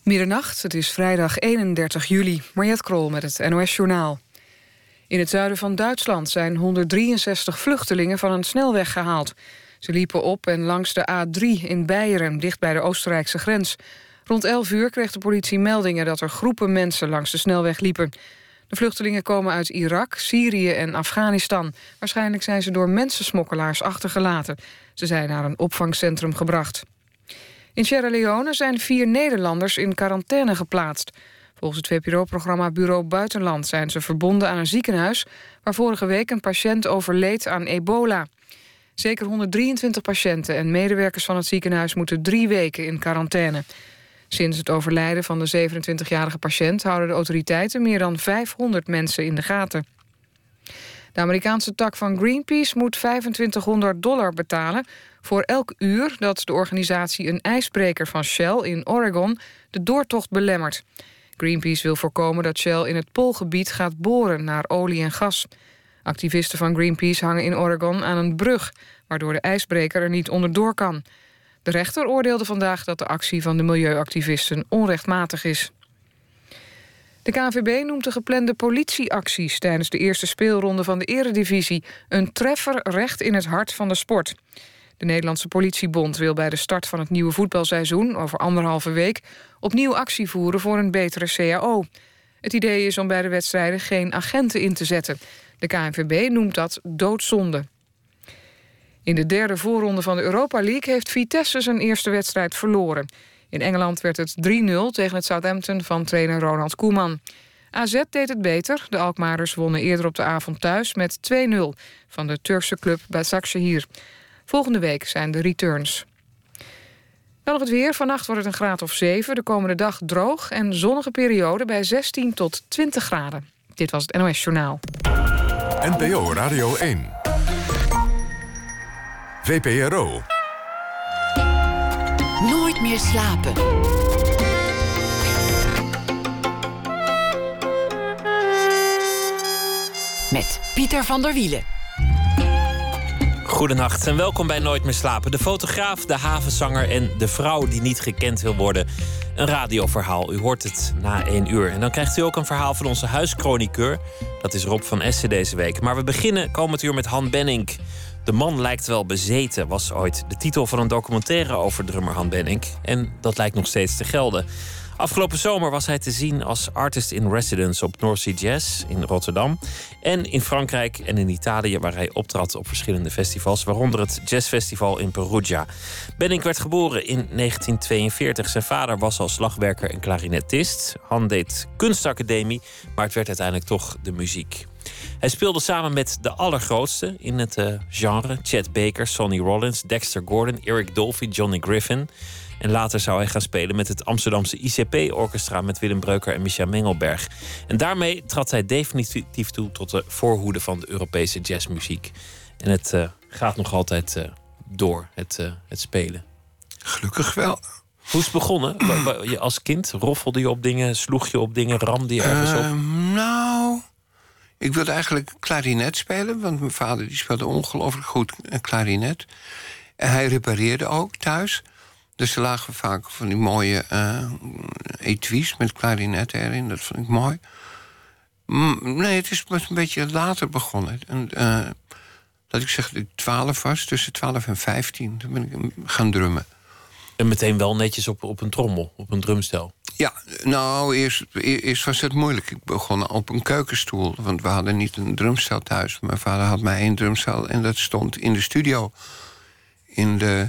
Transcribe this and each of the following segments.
Middernacht, het is vrijdag 31 juli. Mariette Krol met het NOS-journaal. In het zuiden van Duitsland zijn 163 vluchtelingen van een snelweg gehaald. Ze liepen op en langs de A3 in Beieren, dicht bij de Oostenrijkse grens. Rond 11 uur kreeg de politie meldingen dat er groepen mensen langs de snelweg liepen. De vluchtelingen komen uit Irak, Syrië en Afghanistan. Waarschijnlijk zijn ze door mensensmokkelaars achtergelaten. Ze zijn naar een opvangcentrum gebracht. In Sierra Leone zijn 4 Nederlanders in quarantaine geplaatst. Volgens het VPRO-programma Bureau Buitenland zijn ze verbonden aan een ziekenhuis waar vorige week een patiënt overleed aan ebola. Zeker 123 patiënten en medewerkers van het ziekenhuis moeten 3 weken in quarantaine. Sinds het overlijden van de 27-jarige patiënt houden de autoriteiten meer dan 500 mensen in de gaten. De Amerikaanse tak van Greenpeace moet $2500 betalen voor elk uur dat de organisatie een ijsbreker van Shell in Oregon de doortocht belemmert. Greenpeace wil voorkomen dat Shell in het Poolgebied gaat boren naar olie en gas. Activisten van Greenpeace hangen in Oregon aan een brug, waardoor de ijsbreker er niet onderdoor kan. De rechter oordeelde vandaag dat de actie van de milieuactivisten onrechtmatig is. De KNVB noemt de geplande politieacties tijdens de eerste speelronde van de Eredivisie een treffer recht in het hart van de sport. De Nederlandse Politiebond wil bij de start van het nieuwe voetbalseizoen over 1,5 week opnieuw actie voeren voor een betere CAO. Het idee is om bij de wedstrijden geen agenten in te zetten. De KNVB noemt dat doodzonde. In de derde voorronde van de Europa League heeft Vitesse zijn eerste wedstrijd verloren. In Engeland werd het 3-0 tegen het Southampton van trainer Ronald Koeman. AZ deed het beter. De Alkmaarders wonnen eerder op de avond thuis met 2-0 van de Turkse club Başakşehir. Volgende week zijn de returns. Dan nog het weer. Vannacht wordt het een graad of 7. De komende dag droog en zonnige periode bij 16 tot 20 graden. Dit was het NOS Journaal. NPO Radio 1. VPRO. Nooit meer slapen. Met Pieter van der Wielen. Goedenacht en welkom bij Nooit meer slapen. De fotograaf, de havenzanger en de vrouw die niet gekend wil worden. Een radioverhaal, u hoort het na 1 uur. En dan krijgt u ook een verhaal van onze huischroniqueur. Dat is Rob van Essen deze week. Maar we beginnen komend uur met Han Benink. De man lijkt wel bezeten, was ooit de titel van een documentaire over drummer Han Benink. En dat lijkt nog steeds te gelden. Afgelopen zomer was hij te zien als artist in residence op North Sea Jazz in Rotterdam. En in Frankrijk en in Italië, waar hij optrad op verschillende festivals, waaronder het jazzfestival in Perugia. Benink werd geboren in 1942. Zijn vader was al slagwerker en klarinetist. Han deed kunstacademie, maar het werd uiteindelijk toch de muziek. Hij speelde samen met de allergrootste in het genre. Chet Baker, Sonny Rollins, Dexter Gordon, Eric Dolphy, Johnny Griffin. En later zou hij gaan spelen met het Amsterdamse ICP-orchestra met Willem Breuker en Micha Mengelberg. En daarmee trad hij definitief toe tot de voorhoede van de Europese jazzmuziek. En het gaat nog altijd door, het spelen. Gelukkig wel. Hoe is het begonnen? Als kind roffelde je op dingen, sloeg je op dingen, ramde je ergens op? Nou, ik wilde eigenlijk klarinet spelen, want mijn vader die speelde ongelooflijk goed klarinet. En hij repareerde ook thuis. Dus er lagen vaak van die mooie etuis met klarinetten erin. Dat vond ik mooi. Nee, het is pas een beetje later begonnen. En, dat ik zeg dat ik 12 was, tussen 12 en 15. Toen ben ik gaan drummen. En meteen wel netjes op een trommel, op een drumstel? Ja, nou, eerst was het moeilijk. Ik begon op een keukenstoel, want we hadden niet een drumstel thuis. Mijn vader had maar 1 drumstel en dat stond in de studio. In de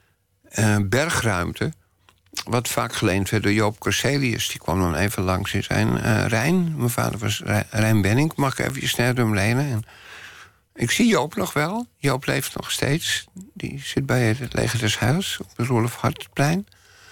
bergruimte, wat vaak geleend werd door Joop Corselius. Die kwam dan even langs in zijn Rijn. Mijn vader was Rijn Benink. Mag ik even je snerdrum lenen? En ik zie Joop nog wel. Joop leeft nog steeds. Die zit bij het Leger des Heils op het Roelof Hartplein.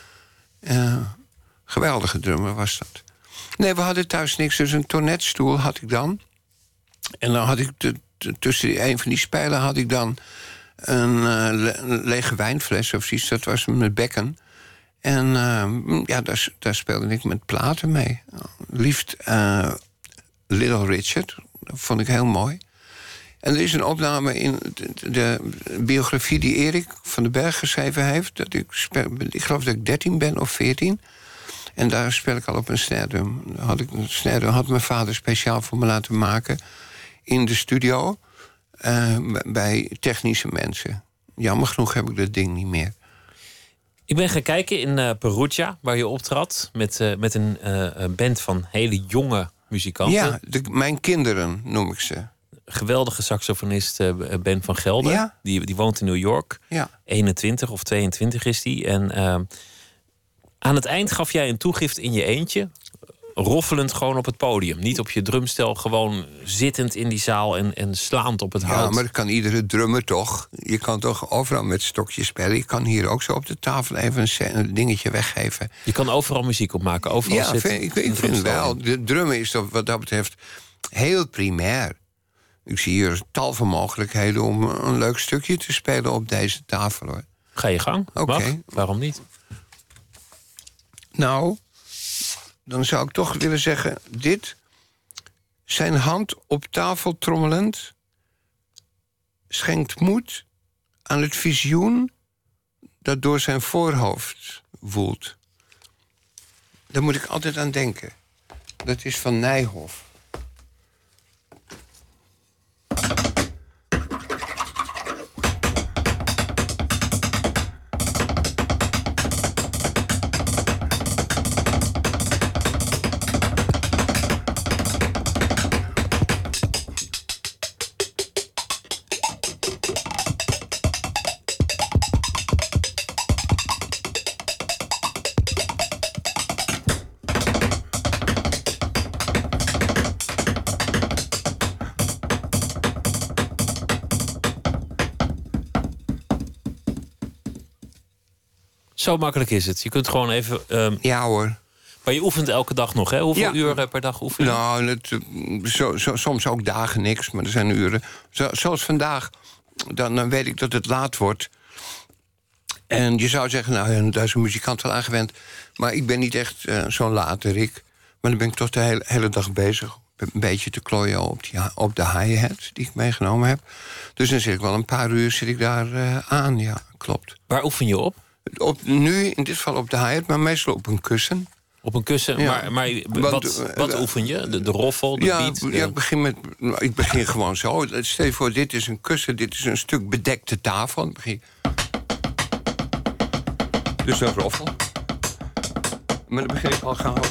Geweldige drummer was dat. Nee, we hadden thuis niks, dus een tornetstoel had ik dan. En dan had ik tussen een van die spijlen had ik dan een lege wijnfles of zoiets. Dat was met bekken. En ja, daar speelde ik met platen mee. Liefst Little Richard. Dat vond ik heel mooi. En er is een opname in de biografie die Erik van den Berg geschreven heeft. Dat ik geloof dat ik 13 ben of 14. En daar speel ik al op een snare drum. Een snare drum had mijn vader speciaal voor me laten maken in de studio bij technische mensen. Jammer genoeg heb ik dat ding niet meer. Ik ben gaan kijken in Perugia, waar je optrad met een band van hele jonge muzikanten. Ja, mijn kinderen noem ik ze. Geweldige saxofonist Ben van Gelder. Ja. Die woont in New York. Ja. 21 of 22 is die. En aan het eind gaf jij een toegift in je eentje. Roffelend gewoon op het podium. Niet op je drumstel, gewoon zittend in die zaal en slaand op het hout. Ja, maar dat kan iedere drummer toch. Je kan toch overal met stokjes spelen. Je kan hier ook zo op de tafel even een dingetje weggeven. Je kan overal muziek opmaken. Overal Ja, ik vind wel. De drummen is wat dat betreft heel primair. Ik zie hier tal van mogelijkheden om een leuk stukje te spelen op deze tafel, hoor. Ga je gang. Oké. Waarom niet? Nou, dan zou ik toch willen zeggen, dit. Zijn hand op tafel trommelend schenkt moed aan het visioen dat door zijn voorhoofd woelt. Daar moet ik altijd aan denken. Dat is van Nijhoff. Zo makkelijk is het. Je kunt gewoon even... Ja hoor. Maar je oefent elke dag nog, hè? Hoeveel Ja. uur per dag oefen je? Nou, soms ook dagen niks, maar er zijn uren. Zoals vandaag, dan weet ik dat het laat wordt. En je zou zeggen, nou, daar is een muzikant wel aan gewend. Maar ik ben niet echt zo'n laterik. Maar dan ben ik toch de hele dag bezig. Een beetje te klooien op de hi-hat die ik meegenomen heb. Dus dan zit ik wel een paar uur daar aan, ja, klopt. Waar oefen je op? Nu, in dit geval op de hi-hat, maar meestal op een kussen. Op een kussen? Ja. Maar wat oefen je? De roffel, de beat? Ja, ik begin gewoon zo. Stel je voor, dit is een kussen, dit is een stuk bedekte tafel. Dan begin dus een roffel. Maar dan begin ik al gauw.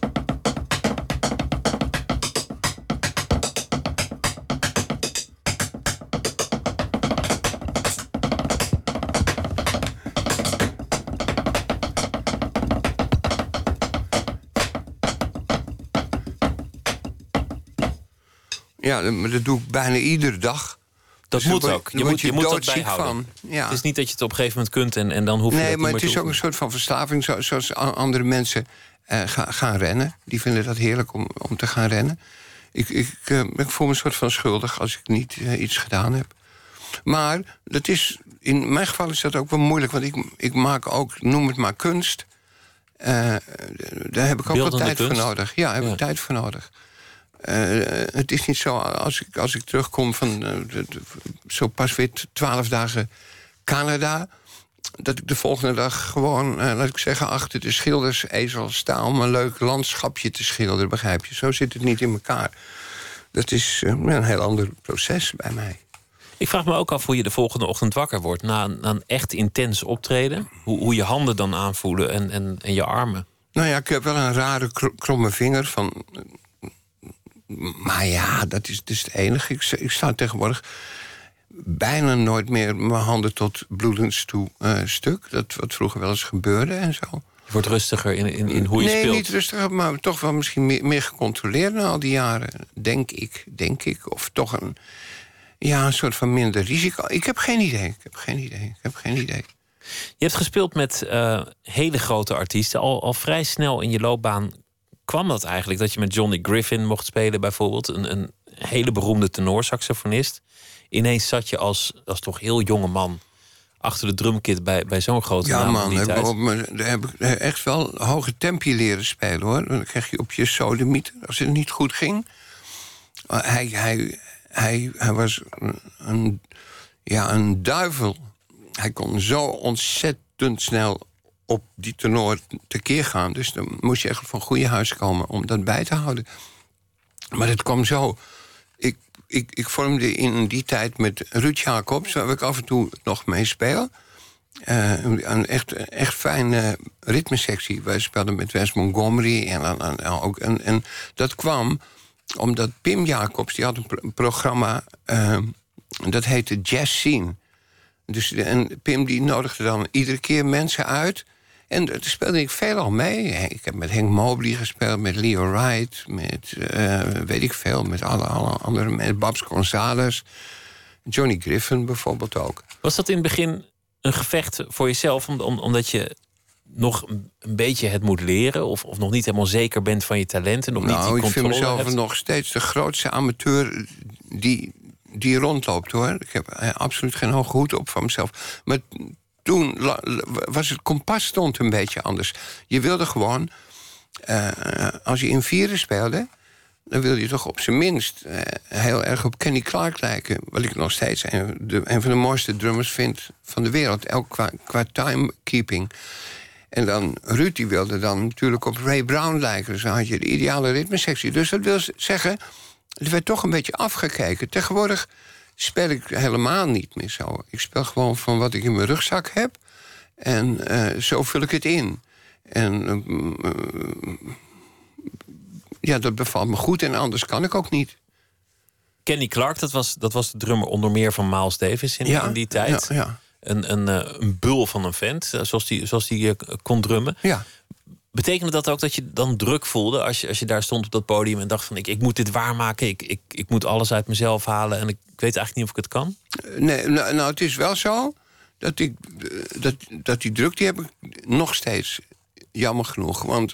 Ja, maar dat doe ik bijna iedere dag. Dat Dus moet dan ook. word Je moet dat doodziek bijhouden. van. Ja. Het is niet dat je het op een gegeven moment kunt en dan hoef je Nee, dat maar niet het meer is te ook een soort van verslaving, zoals andere mensen gaan rennen. Die vinden dat heerlijk om te gaan rennen. Ik voel me een soort van schuldig als ik niet iets gedaan heb. Maar dat is, in mijn geval is dat ook wel moeilijk, want ik maak ook, noem het maar kunst. Daar heb ik ook wel tijd voor nodig. Ja, daar heb ik tijd voor nodig. Het is niet zo, als ik terugkom van zo pas weer 12 dagen Canada, dat ik de volgende dag gewoon, laat ik zeggen, achter de schildersezel sta om een leuk landschapje te schilderen, begrijp je? Zo zit het niet in elkaar. Dat is een heel ander proces bij mij. Ik vraag me ook af hoe je de volgende ochtend wakker wordt na een echt intens optreden. Hoe je handen dan aanvoelen en je armen. Nou ja, ik heb wel een rare kromme vinger van. Maar ja, dat is het enige. Ik sta tegenwoordig bijna nooit meer mijn handen tot bloedens toe stuk. Dat wat vroeger wel eens gebeurde en zo. Je wordt rustiger in hoe je speelt. Nee, niet rustiger, maar toch wel misschien meer gecontroleerd na al die jaren. Denk ik. Of toch een soort van minder risico. Ik heb geen idee. Je hebt gespeeld met hele grote artiesten. Al vrij snel in je loopbaan kwam dat eigenlijk. Dat je met Johnny Griffin mocht spelen bijvoorbeeld. Een hele beroemde tenorsaxofonist. Ineens zat je als toch heel jonge man achter de drumkit bij zo'n grote naam. Ja man, daar heb ik echt wel hoge tempi leren spelen, hoor. Dan krijg je op je sodemieter als het niet goed ging. Hij was een duivel. Hij kon zo ontzettend snel op die tenor tekeer gaan. Dus dan moest je echt van goede huis komen om dat bij te houden. Maar het kwam zo. Ik vormde in die tijd met Ruud Jacobs, waar ik af en toe nog mee speel. Een echt fijne ritmesectie. Wij speelden met Wes Montgomery. En dat kwam omdat Pim Jacobs, die had een programma, dat heette Jazz Scene. Dus, en Pim die nodigde dan iedere keer mensen uit. En daar speelde ik veelal mee. Ik heb met Henk Mobley gespeeld, met Leo Wright, met weet ik veel, met alle andere mensen. Babs Gonzales, Johnny Griffin bijvoorbeeld ook. Was dat in het begin een gevecht voor jezelf, omdat je nog een beetje het moet leren, of nog niet helemaal zeker bent van je talenten, nog niet die controle ik vind mezelf hebt? Nog steeds de grootste amateur die rondloopt, hoor. Ik heb absoluut geen hoge hoed op van mezelf. Maar toen was het kompas stond een beetje anders. Je wilde gewoon, als je in vieren speelde, dan wilde je toch op zijn minst heel erg op Kenny Clarke lijken. Wat ik nog steeds een van de mooiste drummers vind van de wereld. Ook qua timekeeping. En dan Ruud die wilde dan natuurlijk op Ray Brown lijken. Dus dan had je de ideale ritmesectie. Dus dat wil zeggen, er werd toch een beetje afgekeken. Tegenwoordig speel ik helemaal niet meer zo. Ik speel gewoon van wat ik in mijn rugzak heb. En zo vul ik het in. En ja, dat bevalt me goed en anders kan ik ook niet. Kenny Clarke, dat was de drummer onder meer van Miles Davis in die tijd. Ja. Een bul van een vent, zoals die kon drummen. Ja. Betekende dat ook dat je dan druk voelde als je daar stond op dat podium en dacht van ik moet dit waarmaken, ik moet alles uit mezelf halen en ik weet eigenlijk niet of ik het kan? Nee, nou het is wel zo dat die druk die heb ik nog steeds, jammer genoeg. Want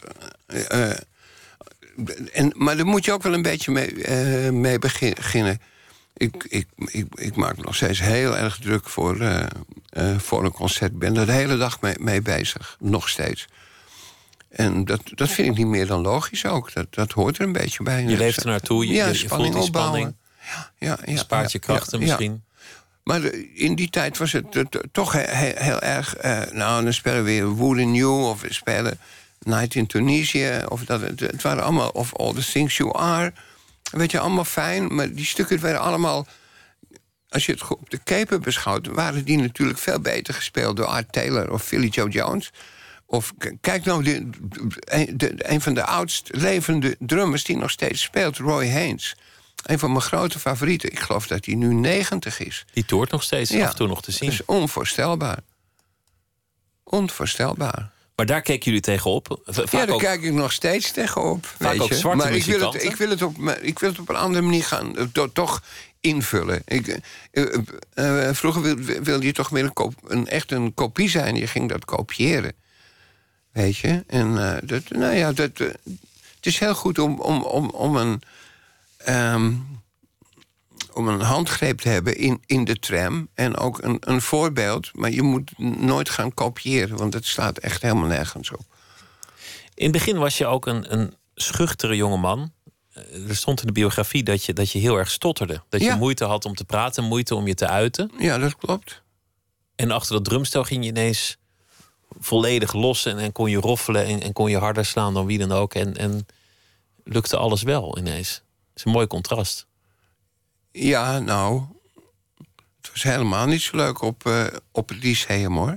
maar daar moet je ook wel een beetje mee beginnen. Ik maak me nog steeds heel erg druk voor een concert. Ik ben er de hele dag mee bezig, nog steeds. En dat vind ik niet meer dan logisch ook. Dat hoort er een beetje bij. Je leeft er naartoe, je voelt die spanning. Ja, je spaart je krachten misschien. Ja. Maar in die tijd was het toch heel erg... dan spelen we weer Wood and New, of we spelen Night in Tunisia. Of het waren allemaal of All the Things You Are. Weet je, allemaal fijn. Maar die stukken werden allemaal... Als je het op de Cape beschouwt, waren die natuurlijk veel beter gespeeld door Art Taylor of Philly Joe Jones. Of kijk nou, een van de oudst levende drummers die nog steeds speelt, Roy Haynes. Een van mijn grote favorieten. Ik geloof dat hij nu 90 is. Die toert nog steeds, af en toe nog te zien. Dat is onvoorstelbaar. Onvoorstelbaar. Maar daar keken jullie tegenop? Daar kijk ik nog steeds tegenop. Vaak ook zwarte muzikanten. Ik wil het op een andere manier gaan. Toch invullen. Vroeger wilde je toch meer echt een kopie zijn. Je ging dat kopiëren. Weet je? En het is heel goed om een handgreep te hebben in de tram. En ook een voorbeeld. Maar je moet nooit gaan kopiëren. Want het staat echt helemaal nergens op. In het begin was je ook een schuchtere jongeman. Er stond in de biografie dat je heel erg stotterde. Dat je moeite had om te praten, moeite om je te uiten. Ja, dat klopt. En achter dat drumstel ging je ineens volledig los. En kon je roffelen en kon je harder slaan dan wie dan ook. En lukte alles wel ineens. Dat is een mooi contrast. Ja, nou, het was helemaal niet zo leuk op het lyceum, hoor.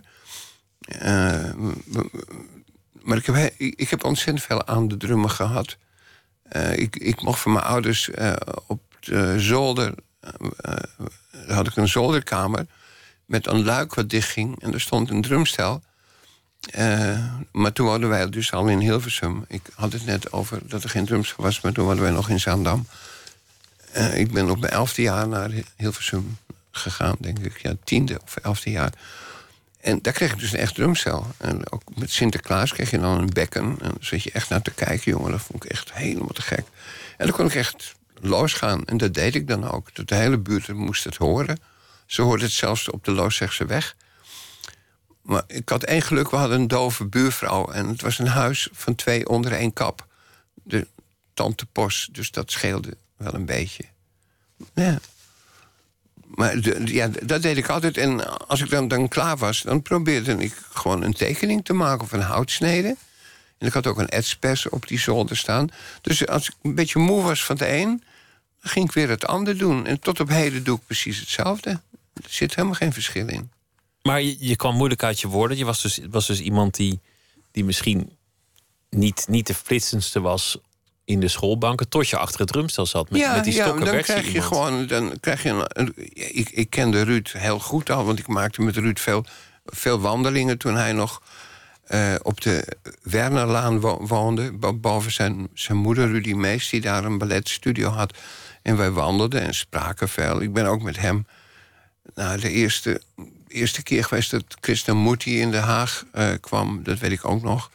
Maar ik heb ontzettend veel aan de drummen gehad. Ik mocht van mijn ouders op de zolder... had ik een zolderkamer met een luik wat dichtging. En er stond een drumstel. Maar toen woonden wij dus al in Hilversum. Ik had het net over dat er geen drumstel was, maar toen woonden wij nog in Zaandam. Ik ben op mijn 11e jaar naar Hilversum gegaan, denk ik. Ja, 10e of 11e jaar. En daar kreeg ik dus een echt drumstel. En ook met Sinterklaas kreeg je dan een bekken. En dan zat je echt naar te kijken, jongen. Dat vond ik echt helemaal te gek. En dan kon ik echt losgaan. En dat deed ik dan ook. De hele buurt moest het horen. Ze hoorden het zelfs op de Loosdrechtse weg. Maar ik had één geluk, we hadden een dove buurvrouw. En het was een huis van 2 onder 1 kap. De tante Pos, dus dat scheelde wel een beetje. Ja. Maar dat deed ik altijd. En als ik dan klaar was, dan probeerde ik gewoon een tekening te maken of een houtsnede. En ik had ook een etspers op die zolder staan. Dus als ik een beetje moe was van het een, dan ging ik weer het ander doen. En tot op heden doe ik precies hetzelfde. Er zit helemaal geen verschil in. Maar je kwam moeilijk uit je woorden. Je was dus iemand die misschien niet de flitsendste was in de schoolbanken, tot je achter het drumstel zat. Met die stokken dan werd krijg je iemand. gewoon. Dan krijg je ik kende Ruud heel goed al, want ik maakte met Ruud veel wandelingen toen hij nog op de Wernerlaan woonde, boven zijn moeder Rudy Mees, die daar een balletstudio had. En wij wandelden en spraken veel. Ik ben ook met hem de eerste keer geweest dat Krishnamurti in Den Haag kwam. Dat weet ik ook nog.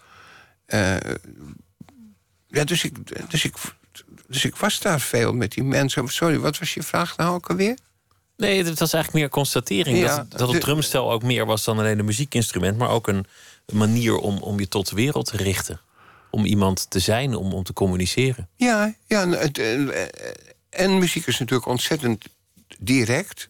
Dus ik was daar veel met die mensen. Sorry, wat was je vraag nou ook alweer? Nee, het was eigenlijk meer constatering. Ja, dat het drumstel ook meer was dan alleen een muziekinstrument, maar ook een manier om je tot de wereld te richten. Om iemand te zijn, om te communiceren. Ja, en muziek is natuurlijk ontzettend direct.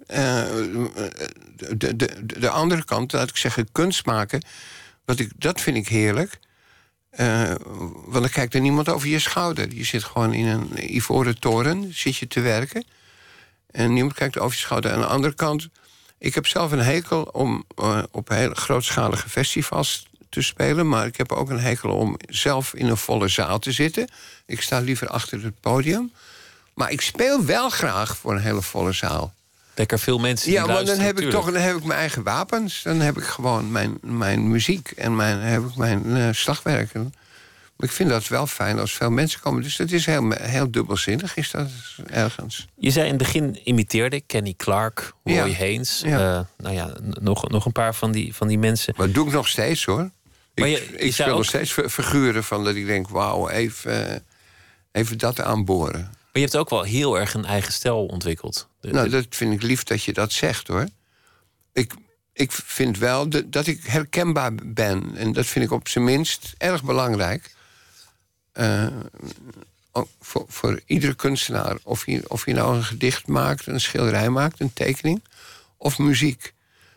De andere kant, laat ik zeggen, kunst maken, dat vind ik heerlijk. Want dan kijkt er niemand over je schouder. Je zit gewoon in een ivoren toren, zit je te werken. En niemand kijkt over je schouder. Aan de andere kant, ik heb zelf een hekel om op hele grootschalige festivals te spelen, maar ik heb ook een hekel om zelf in een volle zaal te zitten. Ik sta liever achter het podium. Maar ik speel wel graag voor een hele volle zaal. Lekker veel mensen die luisteren. Ja, maar dan heb ik mijn eigen wapens. Dan heb ik gewoon mijn muziek en heb ik mijn slagwerken. Maar ik vind dat wel fijn als veel mensen komen. Dus dat is heel dubbelzinnig, is dat ergens. Je zei in het begin imiteerde Kenny Clark, Roy Haynes. Ja. Nog een paar van die mensen. Maar dat doe ik nog steeds, hoor. Maar ik speel nog steeds figuren van dat ik denk, wauw, even dat aanboren. Maar je hebt ook wel heel erg een eigen stijl ontwikkeld. Dat vind ik lief dat je dat zegt, hoor. Ik vind wel dat ik herkenbaar ben. En dat vind ik op zijn minst erg belangrijk. Voor iedere kunstenaar. Of je nou een gedicht maakt, een schilderij maakt, een tekening. Of muziek.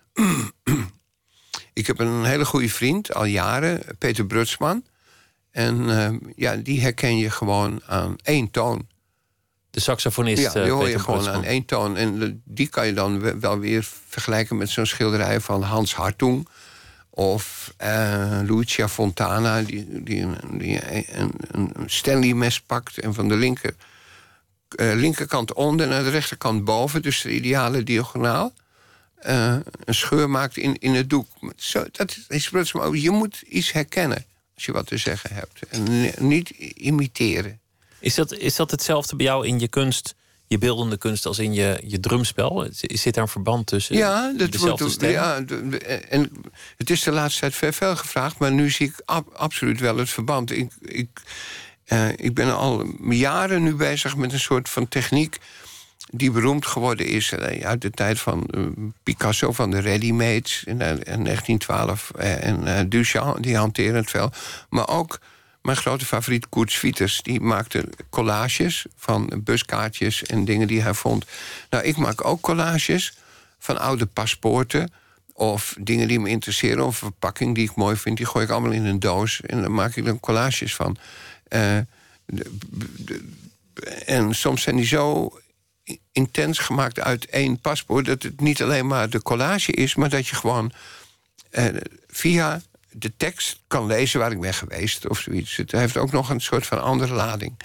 Ik heb een hele goede vriend, al jaren, Peter Brutsman. En die herken je gewoon aan één toon. De saxofonist. Ja, die hoor je Peter gewoon Brutsman. aan één toon. En die kan je dan wel weer vergelijken met zo'n schilderij van Hans Hartung. Of Lucia Fontana, die een Stanley-mes pakt en van de linkerkant onder naar de rechterkant boven, dus de ideale diagonaal, een scheur maakt in het doek. Dat is Brutsman. Je moet iets herkennen als je wat te zeggen hebt. En niet imiteren. Is dat hetzelfde bij jou in je kunst, je beeldende kunst, als in je drumspel? Zit daar een verband tussen? Ja, dezelfde stem? En het is de laatste tijd veel gevraagd, maar nu zie ik absoluut wel het verband. Ik ben al jaren nu bezig met een soort van techniek die beroemd geworden is uit de tijd van Picasso, van de ready-mades in 1912. En Duchamp, die hanteren het veel. Maar ook mijn grote favoriet Koert Swieters, die maakte collages van buskaartjes en dingen die hij vond. Nou, ik maak ook collages van oude paspoorten of dingen die me interesseren, of verpakking die ik mooi vind. Die gooi ik allemaal in een doos en dan maak ik er collages van. En soms zijn die zo intens gemaakt uit één paspoort dat het niet alleen maar de collage is, maar dat je gewoon via de tekst kan lezen waar ik ben geweest of zoiets. Het heeft ook nog een soort van andere lading.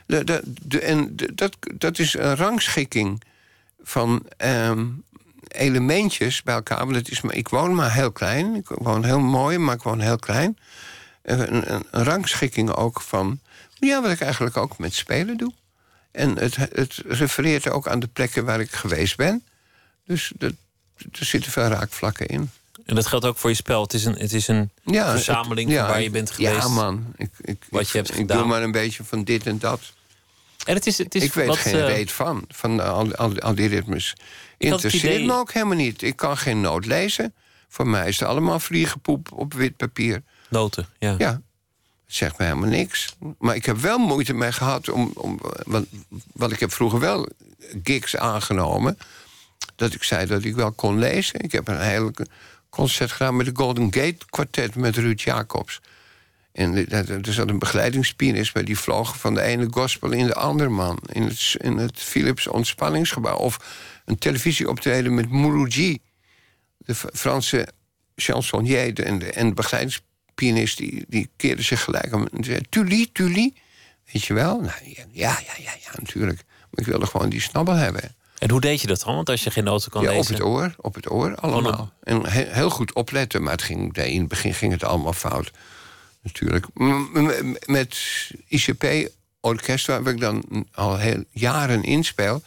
Dat is een rangschikking van elementjes bij elkaar. Want ik woon maar heel klein. Ik woon heel mooi, maar ik woon heel klein. Een rangschikking ook van wat ik eigenlijk ook met spelen doe. En het refereert ook aan de plekken waar ik geweest ben. Dus er zitten veel raakvlakken in. En dat geldt ook voor je spel. Het is een verzameling van waar je bent geweest. Ja, man. Wat je hebt gedaan. Ik doe maar een beetje van dit en dat. En het is ik weet geen reet van al die ritmes. Interesseert me ook helemaal niet. Ik kan geen noot lezen. Voor mij is het allemaal vliegenpoep op wit papier. Noten, ja. Ja, dat zegt me helemaal niks. Maar ik heb wel moeite mee gehad want ik heb vroeger wel gigs aangenomen. dat ik zei dat ik wel kon lezen. Ik heb een hele concert gedaan met de Golden Gate Quartet met Ruud Jacobs. En er zat een begeleidingspianist bij, die vloog van de ene gospel in de andere, man. In het Philips Ontspanningsgebouw. Of een televisieoptreden met Mouloudji, de Franse chansonnier. En de begeleidingspianist die keerde zich gelijk om en zei: Tully, weet je wel? Nou, ja, natuurlijk. Maar ik wilde gewoon die snabbel hebben. En hoe deed je dat dan? Want als je geen noten kan lezen... Op het oor, allemaal. En heel goed opletten, maar in het begin ging het allemaal fout. Natuurlijk. Met ICP-orkest, waar ik dan al heel jaren inspeel...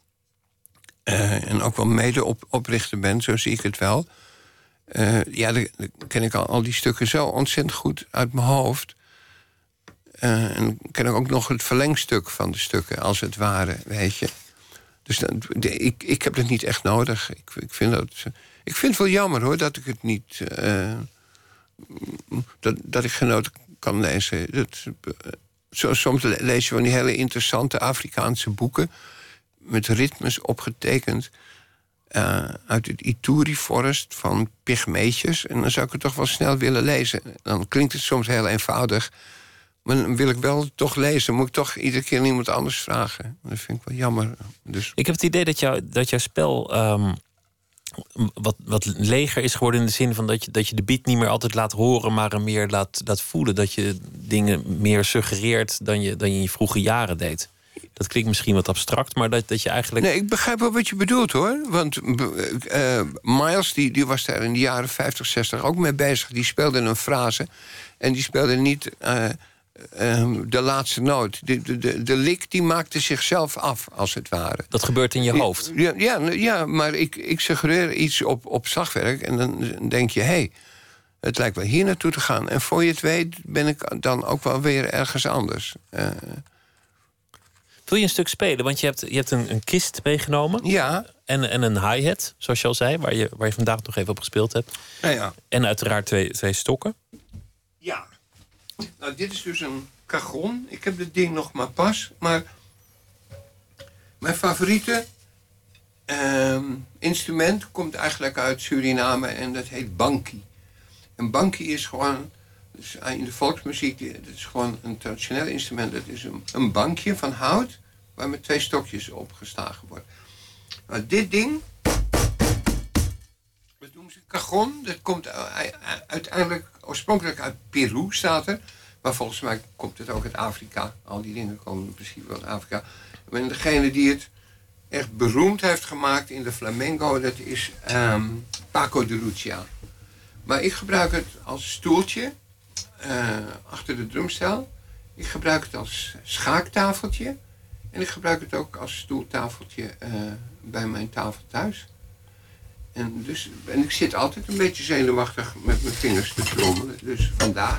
en ook wel mede-oprichter ben, zo zie ik het wel... dan ken ik al die stukken zo ontzettend goed uit mijn hoofd... en ken ik ook nog het verlengstuk van de stukken, als het ware, weet je... Dus ik heb het niet echt nodig. Ik vind het wel jammer, hoor, dat ik het niet... dat ik geen noten kan lezen. Soms lees je van die hele interessante Afrikaanse boeken... met ritmes opgetekend... uit het Ituri-forest van pygmeetjes. En dan zou ik het toch wel snel willen lezen. Dan klinkt het soms heel eenvoudig... maar dan wil ik wel toch lezen. Dan moet ik toch iedere keer iemand anders vragen. Dat vind ik wel jammer. Dus... Ik heb het idee dat jouw spel wat leger is geworden... in de zin van dat je de beat niet meer altijd laat horen... maar hem meer laat voelen. Dat je dingen meer suggereert dan je in je vroege jaren deed. Dat klinkt misschien wat abstract, maar dat je eigenlijk... Nee, ik begrijp wel wat je bedoelt, hoor. Want Miles, die was daar in de jaren 50, 60 ook mee bezig. Die speelde een frase en die speelde niet... de laatste noot. De lik die maakte zichzelf af, als het ware. Dat gebeurt in je hoofd? Ja, maar ik suggereer iets op slagwerk... en dan denk je, hé, het lijkt wel hier naartoe te gaan. En voor je het weet ben ik dan ook wel weer ergens anders. Wil je een stuk spelen? Want je hebt een kist meegenomen. Ja. En een hi-hat, zoals je al zei... waar je vandaag nog even op gespeeld hebt. Ja. En uiteraard twee stokken. Ja. Nou, dit is dus een cajon. Ik heb dit ding nog maar pas. Maar mijn favoriete instrument komt eigenlijk uit Suriname... en dat heet banki. En banki is gewoon... Dus in de volksmuziek, dat is gewoon een traditioneel instrument. Dat is een bankje van hout... waar met 2 stokjes op geslagen wordt. Nou, dit ding... dat noemen ze cajon. Dat komt uiteindelijk oorspronkelijk uit Peru, staat er. Maar volgens mij komt het ook uit Afrika. Al die dingen komen in principe uit Afrika. En degene die het echt beroemd heeft gemaakt in de flamenco... dat is Paco de Lucia. Maar ik gebruik het als stoeltje... achter de drumstel. Ik gebruik het als schaaktafeltje. En ik gebruik het ook als stoeltafeltje bij mijn tafel thuis. En ik zit altijd een beetje zenuwachtig met mijn vingers te trommelen. Dus vandaar.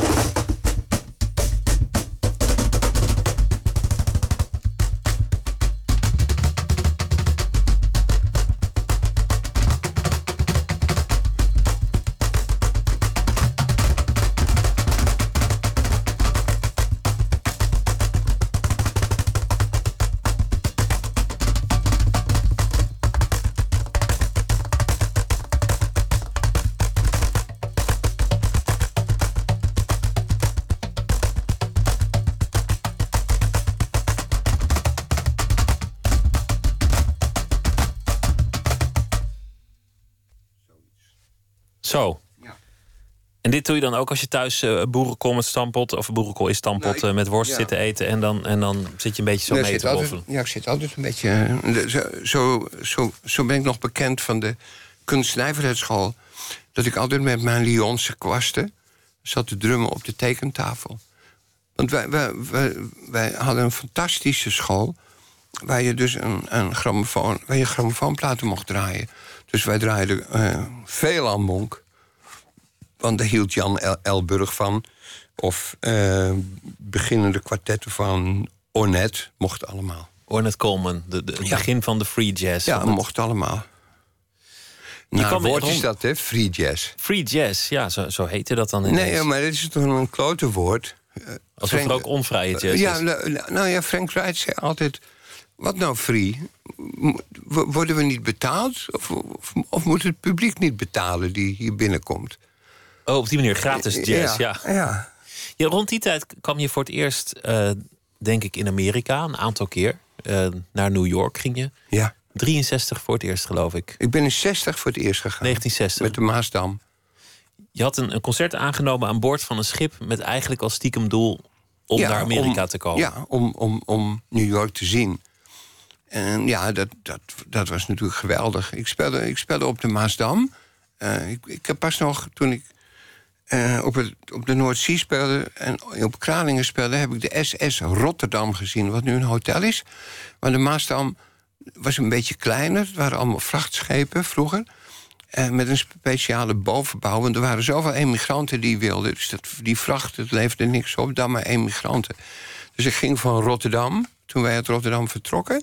Zo. Ja. En dit doe je dan ook als je thuis boerenkool met stampot... of boerenkool is stampot met worst zitten eten... en dan zit je een beetje zo mee te boffelen. Ja, ik zit altijd een beetje... Zo ben ik nog bekend van de kunstnijverheidsschool... dat ik altijd met mijn Lyonse kwasten... zat te drummen op de tekentafel. Want wij hadden een fantastische school... waar je dus een grammofoonplaten mocht draaien... Dus wij draaiden veel aan Monk. Want daar hield Jan Elburg van. Of beginnende kwartetten van Ornette. Mocht allemaal. Ornette Coleman, het begin van de free jazz. Ja, mocht allemaal. Nou, het woord is dat, hè? Free jazz. Free jazz, ja, zo heette dat dan ineens. Nee, maar dit is toch een klote woord. Alsof er ook onvrije jazz is. Ja, Frank Wright zei altijd... Wat nou free? Worden we niet betaald? Of moet het publiek niet betalen die hier binnenkomt? Oh, op die manier gratis jazz, ja. Ja, rond die tijd kwam je voor het eerst, denk ik, in Amerika. Een aantal keer. Naar New York ging je. Ja. 63 voor het eerst, geloof ik. Ik ben in 60 voor het eerst gegaan. 1960. Met de Maasdam. Je had een concert aangenomen aan boord van een schip met eigenlijk als stiekem doel om naar Amerika te komen. Ja, om New York te zien. En ja, dat was natuurlijk geweldig. Ik speelde op de Maasdam. Ik heb pas nog, toen ik op de Noordzee speelde en op Kralingen speelde, heb ik de SS Rotterdam gezien, wat nu een hotel is. Maar de Maasdam was een beetje kleiner. Het waren allemaal vrachtschepen vroeger. Met een speciale bovenbouw. Want er waren zoveel emigranten die wilden. Dus die vracht, het leverde niks op, dan maar emigranten. Dus ik ging van Rotterdam, toen wij uit Rotterdam vertrokken.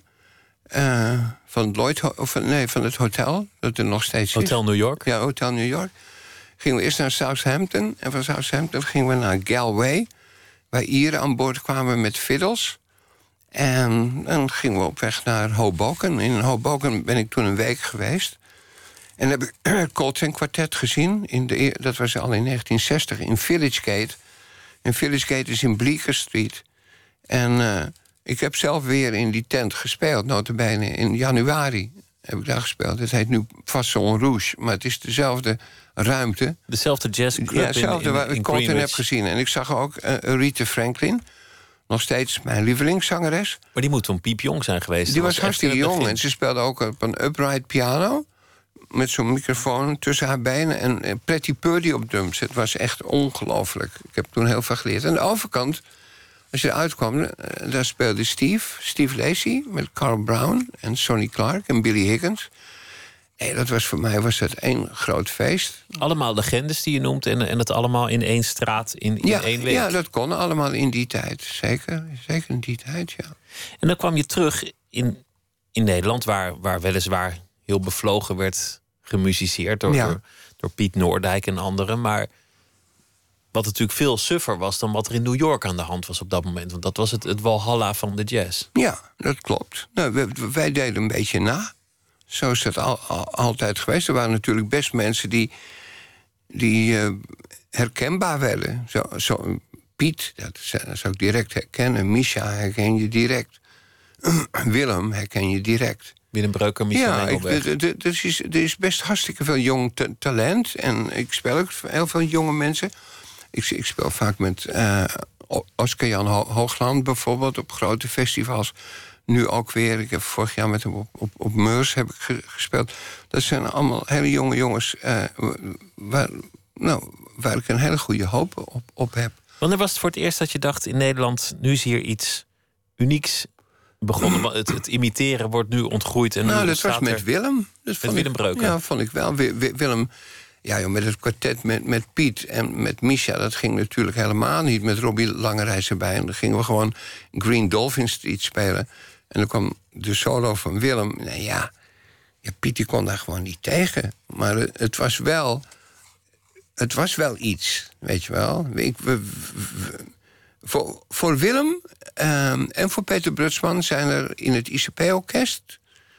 Van het hotel, dat er nog steeds is. Hotel New York? Ja, Hotel New York. Gingen we eerst naar Southampton. En van Southampton gingen we naar Galway. Waar Ieren aan boord kwamen met fiddles. En dan gingen we op weg naar Hoboken. In Hoboken ben ik toen een week geweest. En heb ik het Coltrane Quartet gezien. Dat was al in 1960 in Village Gate. En Village Gate is in Bleecker Street. En ik heb zelf weer in die tent gespeeld. Nota bene in januari heb ik daar gespeeld. Het heet nu Poisson Rouge. Maar het is dezelfde ruimte. Dezelfde jazzclub waar ik Coltrane heb gezien. En ik zag ook Aretha Franklin. Nog steeds mijn lievelingszangeres. Maar die moet toen piepjong zijn geweest. Die was hartstikke jong. En ze speelde ook op een upright piano. Met zo'n microfoon tussen haar benen. En Pretty Purdy op drums. Het was echt ongelooflijk. Ik heb toen heel veel geleerd. Aan de overkant, als je eruit kwam, daar speelde Steve Lacy met Carl Brown en Sonny Clark en Billy Higgins. Nee, voor mij was dat één groot feest. Allemaal legendes die je noemt en het allemaal in één straat in één week. Ja, dat kon allemaal in die tijd. Zeker in die tijd, ja. En dan kwam je terug in Nederland, waar weliswaar heel bevlogen werd gemusiceerd door Piet Noordijk en anderen. Maar wat natuurlijk veel suffer was dan wat er in New York aan de hand was op dat moment. Want dat was het Walhalla van de jazz. Ja, dat klopt. Nou, wij deden een beetje na. Zo is dat altijd geweest. Er waren natuurlijk best mensen die herkenbaar werden. Zo, Piet, dat zou ik direct herkennen. Misha herken je direct. Willem herken je direct. Willem Breuker, Micha Mengelberg. Er is best hartstikke veel jong talent. En ik speel ook heel veel jonge mensen. Ik speel vaak met Oscar-Jan Hoogland bijvoorbeeld op grote festivals. Nu ook weer. Ik heb vorig jaar met hem op Meurs heb ik gespeeld. Dat zijn allemaal hele jonge jongens waar ik een hele goede hoop op heb. Wanneer was het voor het eerst dat je dacht in Nederland, nu is hier iets unieks begonnen? Het imiteren wordt nu ontgroeid. En dat was met Willem. Met Willem Breuker? Ja, vond ik wel. Willem, met het kwartet met Piet en met Misha, dat ging natuurlijk helemaal niet. Met Robbie Langerijs erbij. En dan gingen we gewoon Green Dolphin Street spelen. En dan kwam de solo van Willem. Piet die kon daar gewoon niet tegen. Maar het was wel iets, weet je wel. Voor Willem en voor Peter Brutsman zijn er in het ICP-orkest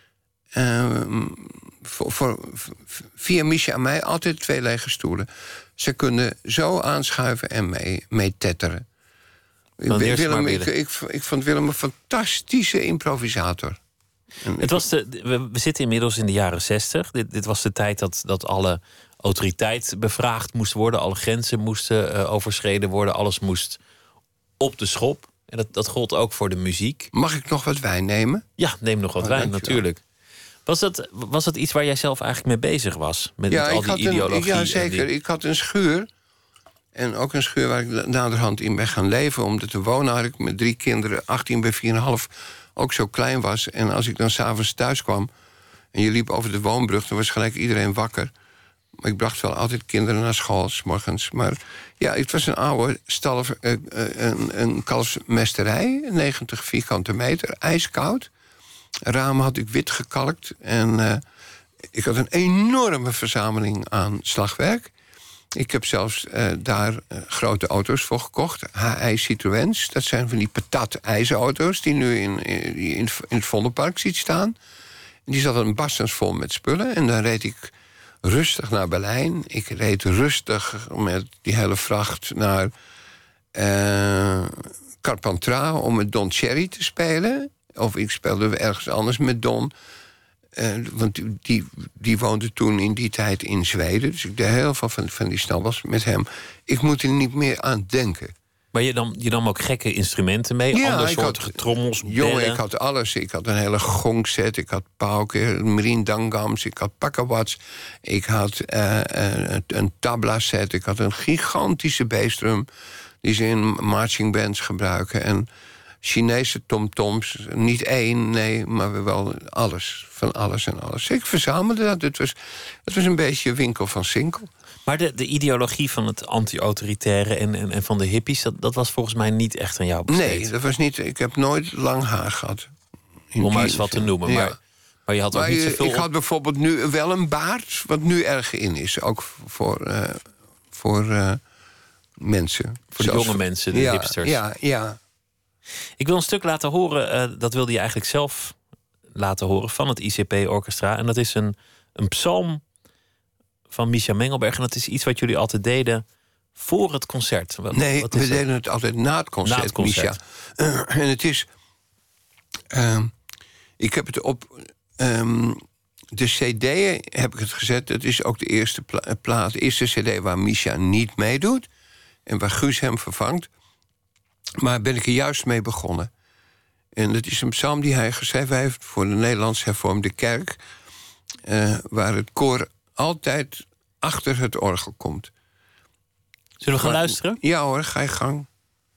via Misha en mij altijd 2 lege stoelen. Ze kunnen zo aanschuiven en mee tetteren. Willem, ik vond Willem een fantastische improvisator. We zitten inmiddels in de jaren 60. Dit was de tijd dat alle autoriteit bevraagd moest worden. Alle grenzen moesten overschreden worden. Alles moest op de schop. En dat gold ook voor de muziek. Mag ik nog wat wijn nemen? Ja, neem nog wat wijn, natuurlijk. Was dat iets waar jij zelf eigenlijk mee bezig was? Met al die ideologie? Ja, zeker. Ik had een schuur. En ook een schuur waar ik naderhand in ben gaan leven. Om te wonen had ik met 3 kinderen, 18 bij 4,5, ook zo klein was. En als ik dan s'avonds thuis kwam en je liep over de woonbrug, dan was gelijk iedereen wakker. Maar ik bracht wel altijd kinderen naar school, 's morgens. Maar ja, het was een oude stal, een kalfsmesterij, 90 vierkante meter, ijskoud. Ramen had ik wit gekalkt. En ik had een enorme verzameling aan slagwerk. Ik heb zelfs daar grote auto's voor gekocht. HI Citroëns. Dat zijn van die patat-ijzerauto's die nu in het Vondelpark ziet staan. Die zat een bastens vol met spullen. En dan reed ik rustig naar Berlijn. Ik reed rustig met die hele vracht naar Carpentras om met Don Cherry te spelen. Of ik speelde ergens anders met Don. Want die woonde toen in die tijd in Zweden. Dus ik deed heel veel van die snabbels met hem. Ik moet er niet meer aan denken. Maar je nam ook gekke instrumenten mee? Ja, andersoortige trommels, jongen, ik had alles. Ik had een hele gongset, ik had pauken, merindangams, ik had pakkawats. Ik had een tabla set, ik had een gigantische bassdrum die ze in marching bands gebruiken. En Chinese tomtoms, niet één, nee, maar wel alles. Van alles en alles. Ik verzamelde dat. Het was een beetje een winkel van Sinkel. Maar de ideologie van het anti-autoritaire en van de hippies, dat was volgens mij niet echt aan jou besteed. Nee, dat was niet. Ik heb nooit lang haar gehad. Om maar eens wat te noemen. Ja. Maar je had ook niet zoveel. Ik had bijvoorbeeld nu wel een baard, wat nu erg in is. Ook voor mensen. Voor de jonge mensen, de hipsters. Ja. Ik wil een stuk laten horen, dat wilde je eigenlijk zelf laten horen, van het ICP-orchestra. En dat is een psalm van Misha Mengelberg. En dat is iets wat jullie altijd deden voor het concert. We deden het altijd na het concert, na het concert. Misha. En het is... ik heb het op... de cd heb ik het gezet. Dat is ook de eerste plaat. De eerste cd waar Misha niet meedoet. En waar Guus hem vervangt. Maar ben ik er juist mee begonnen. En dat is een psalm die hij geschreven heeft voor de Nederlands Hervormde Kerk. Waar het koor altijd achter het orgel komt. Zullen we gaan luisteren? Ja hoor, ga je gang.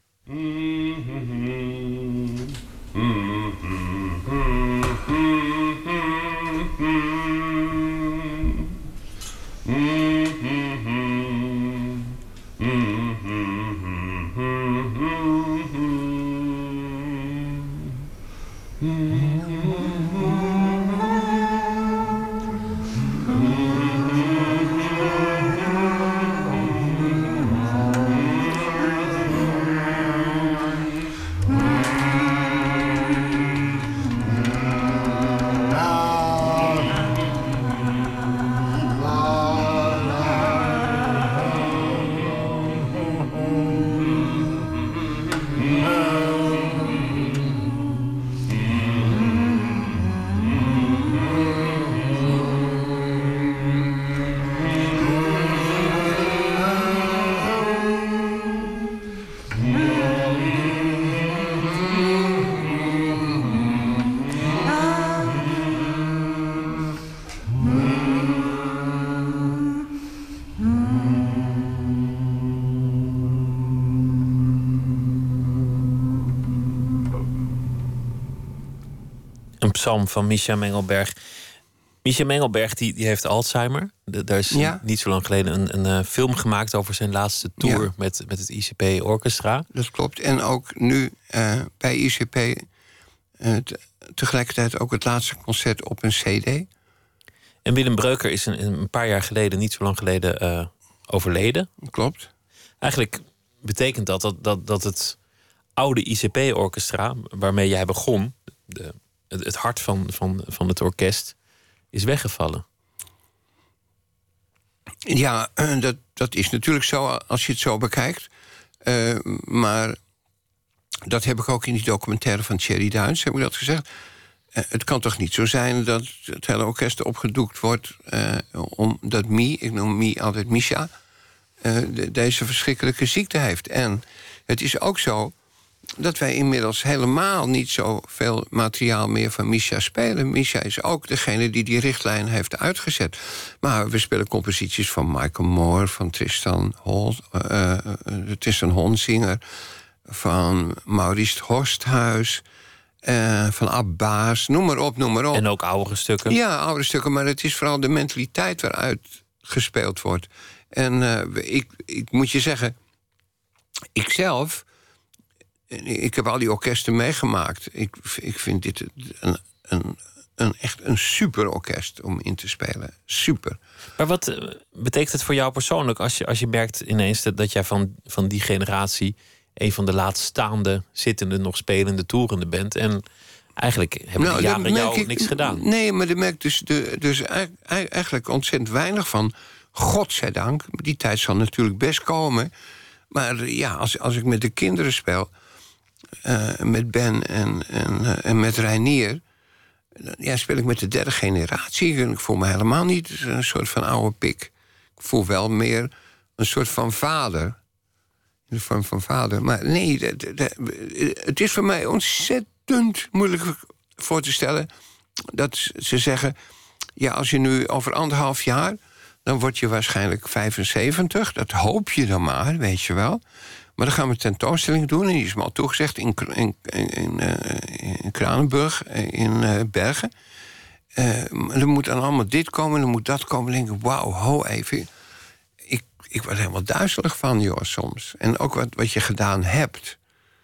Psalm van Misha Mengelberg. Misha Mengelberg die heeft Alzheimer. Daar is niet zo lang geleden een film gemaakt over zijn laatste tour met het ICP-orchestra. Dat klopt. En ook nu bij ICP tegelijkertijd ook het laatste concert op een cd. En Willem Breuker is een paar jaar geleden, niet zo lang geleden, overleden. Klopt. Eigenlijk betekent dat het oude ICP-orchestra, waarmee jij begon, het hart van het orkest, is weggevallen. Ja, dat is natuurlijk zo als je het zo bekijkt. Maar dat heb ik ook in die documentaire van Thierry Duins, heb ik dat gezegd. Het kan toch niet zo zijn dat het hele orkest opgedoekt wordt omdat ik noem Mie altijd Misha, deze verschrikkelijke ziekte heeft. En het is ook zo dat wij inmiddels helemaal niet zoveel materiaal meer van Misha spelen. Misha is ook degene die richtlijn heeft uitgezet. Maar we spelen composities van Michael Moore, van Tristan Honsinger, van Maurice Horsthuis, van Abbas, noem maar op. En ook oudere stukken? Ja, oudere stukken, maar het is vooral de mentaliteit waaruit gespeeld wordt. En ik moet je zeggen, ik heb al die orkesten meegemaakt. Ik vind dit echt een super orkest om in te spelen. Super. Maar wat betekent het voor jou persoonlijk als je merkt ineens dat jij van die generatie een van de laatst staande, zittende, nog spelende, toerende bent? En eigenlijk hebben die jaren jou niks gedaan. Nee, maar daar merk ik dus eigenlijk ontzettend weinig van. Godzijdank. Die tijd zal natuurlijk best komen. Maar ja, als ik met de kinderen speel, met Ben en met Reinier, ja, speel ik met de derde generatie. En ik voel me helemaal niet een soort van oude pik. Ik voel wel meer een soort van vader. In de vorm van vader. Maar nee, het is voor mij ontzettend moeilijk voor te stellen dat ze zeggen, ja, als je nu over 1,5 jaar, dan word je waarschijnlijk 75. Dat hoop je dan maar, weet je wel. Maar dan gaan we een tentoonstelling doen. En die is me al toegezegd in Kranenburg, in Bergen. Er moet dan allemaal dit komen, er moet dat komen. En dan denk ik, wauw, ho even. Ik word helemaal duizelig van, joh, soms. En ook wat je gedaan hebt.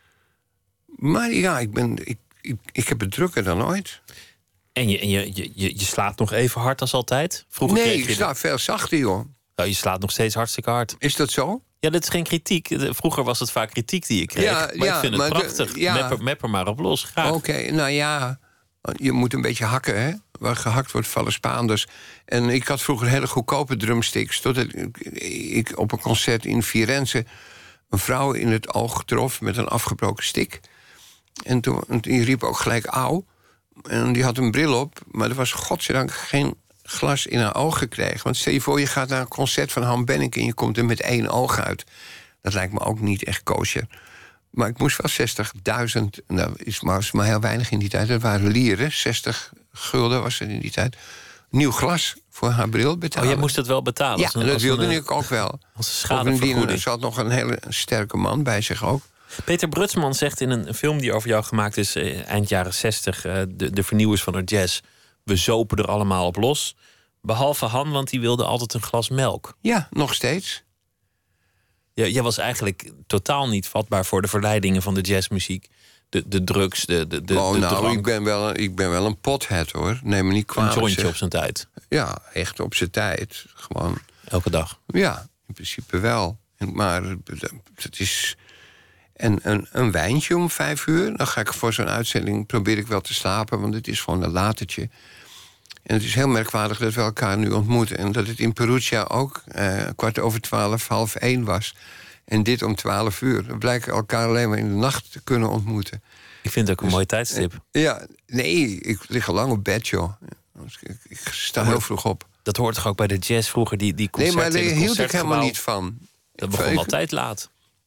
Maar ja, ik heb het drukker dan ooit. En je slaat nog even hard als altijd? Vroeger nee, ik sla veel zachter, joh. Nou, je slaat nog steeds hartstikke hard. Is dat zo? Ja, dat is geen kritiek. Vroeger was het vaak kritiek die je kreeg. Ja, maar ik vind het prachtig. Mep er maar op los, graag. Oké, nou ja, je moet een beetje hakken, hè. Waar gehakt wordt, vallen Spaanders. En ik had vroeger hele goedkope drumsticks. Totdat ik op een concert in Firenze een vrouw in het oog trof met een afgebroken stick. En die riep ook gelijk auw. En die had een bril op, maar er was godzijdank geen glas in haar oog gekregen. Want stel je voor, je gaat naar een concert van Han Benneke en je komt er met 1 oog uit. Dat lijkt me ook niet echt kosher. Maar ik moest wel 60.000, en dat was maar heel weinig in die tijd. Dat waren lieren, 60 gulden was het in die tijd. Nieuw glas voor haar bril betalen. Oh, jij moest het wel betalen? Ja, dat wilde ik ook wel. Als een schadevergoeding. Er zat nog een hele sterke man bij zich ook. Peter Brutsman zegt in een film die over jou gemaakt is, eind jaren 60... de vernieuwers van de jazz, we zopen er allemaal op los. Behalve Han, want die wilde altijd een glas melk. Ja, nog steeds. Ja, jij was eigenlijk totaal niet vatbaar voor de verleidingen van de jazzmuziek. De drugs, de drank. Ik ben wel een pothead, hoor. Neem me niet kwalijk. Een jointje op zijn tijd. Ja, echt op zijn tijd. Gewoon. Elke dag? Ja, in principe wel. Maar het is een wijntje om 5 uur. Dan ga ik voor zo'n uitzending, probeer ik wel te slapen, want het is gewoon een latertje. En het is heel merkwaardig dat we elkaar nu ontmoeten. En dat het in Perugia ook 12:15, 1:30 was. En dit om 12 uur. We blijken elkaar alleen maar in de nacht te kunnen ontmoeten. Ik vind het ook een mooi tijdstip. Ja, nee, ik lig al lang op bed, joh. Ik sta heel vroeg op. Dat hoort toch ook bij de jazz vroeger, die concerten? Nee, maar daar hield ik helemaal niet van. Dat begon altijd laat.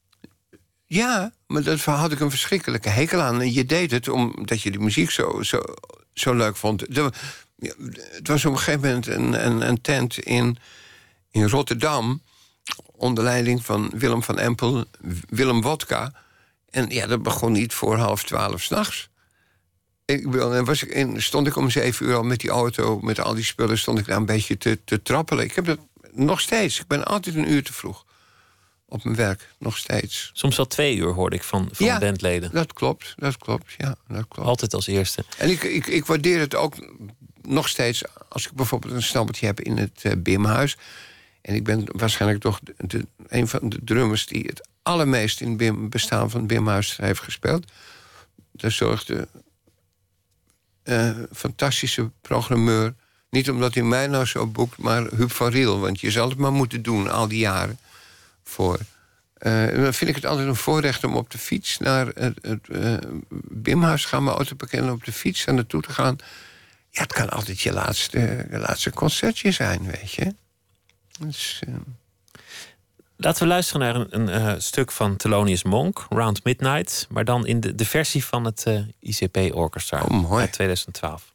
Ja, maar daar had ik een verschrikkelijke hekel aan. En je deed het omdat je de muziek zo leuk vond. Het was op een gegeven moment een tent in Rotterdam, onder leiding van Willem van Empel, Willem Wodka. En ja, dat begon niet voor 11:30 s'nachts. Stond ik om 7 uur al met die auto, met al die spullen, stond ik daar een beetje te trappelen. Ik heb dat nog steeds. Ik ben altijd 1 uur te vroeg op mijn werk, nog steeds. Soms wel 2 uur, hoorde ik van bandleden. Dat klopt, ja, dat klopt. Altijd als eerste. En ik waardeer het ook nog steeds als ik bijvoorbeeld een snabbeltje heb in het Bimhuis. En ik ben waarschijnlijk toch een van de drummers die het allermeest in het bestaan van het Bimhuis heeft gespeeld. Daar zorgde fantastische programmeur, niet omdat hij mij nou zo boekt, maar Huub van Riel. Want je zal het maar moeten doen, al die jaren voor. Dan vind ik het altijd een voorrecht om op de fiets naar het Bimhuis te gaan, mijn auto parkeren, op de fiets daar naartoe te gaan. Ja, het kan altijd je laatste concertje zijn, weet je. Dus, laten we luisteren naar een stuk van Thelonious Monk, Round Midnight, maar dan in de versie van het ICP Orchestra uit 2012.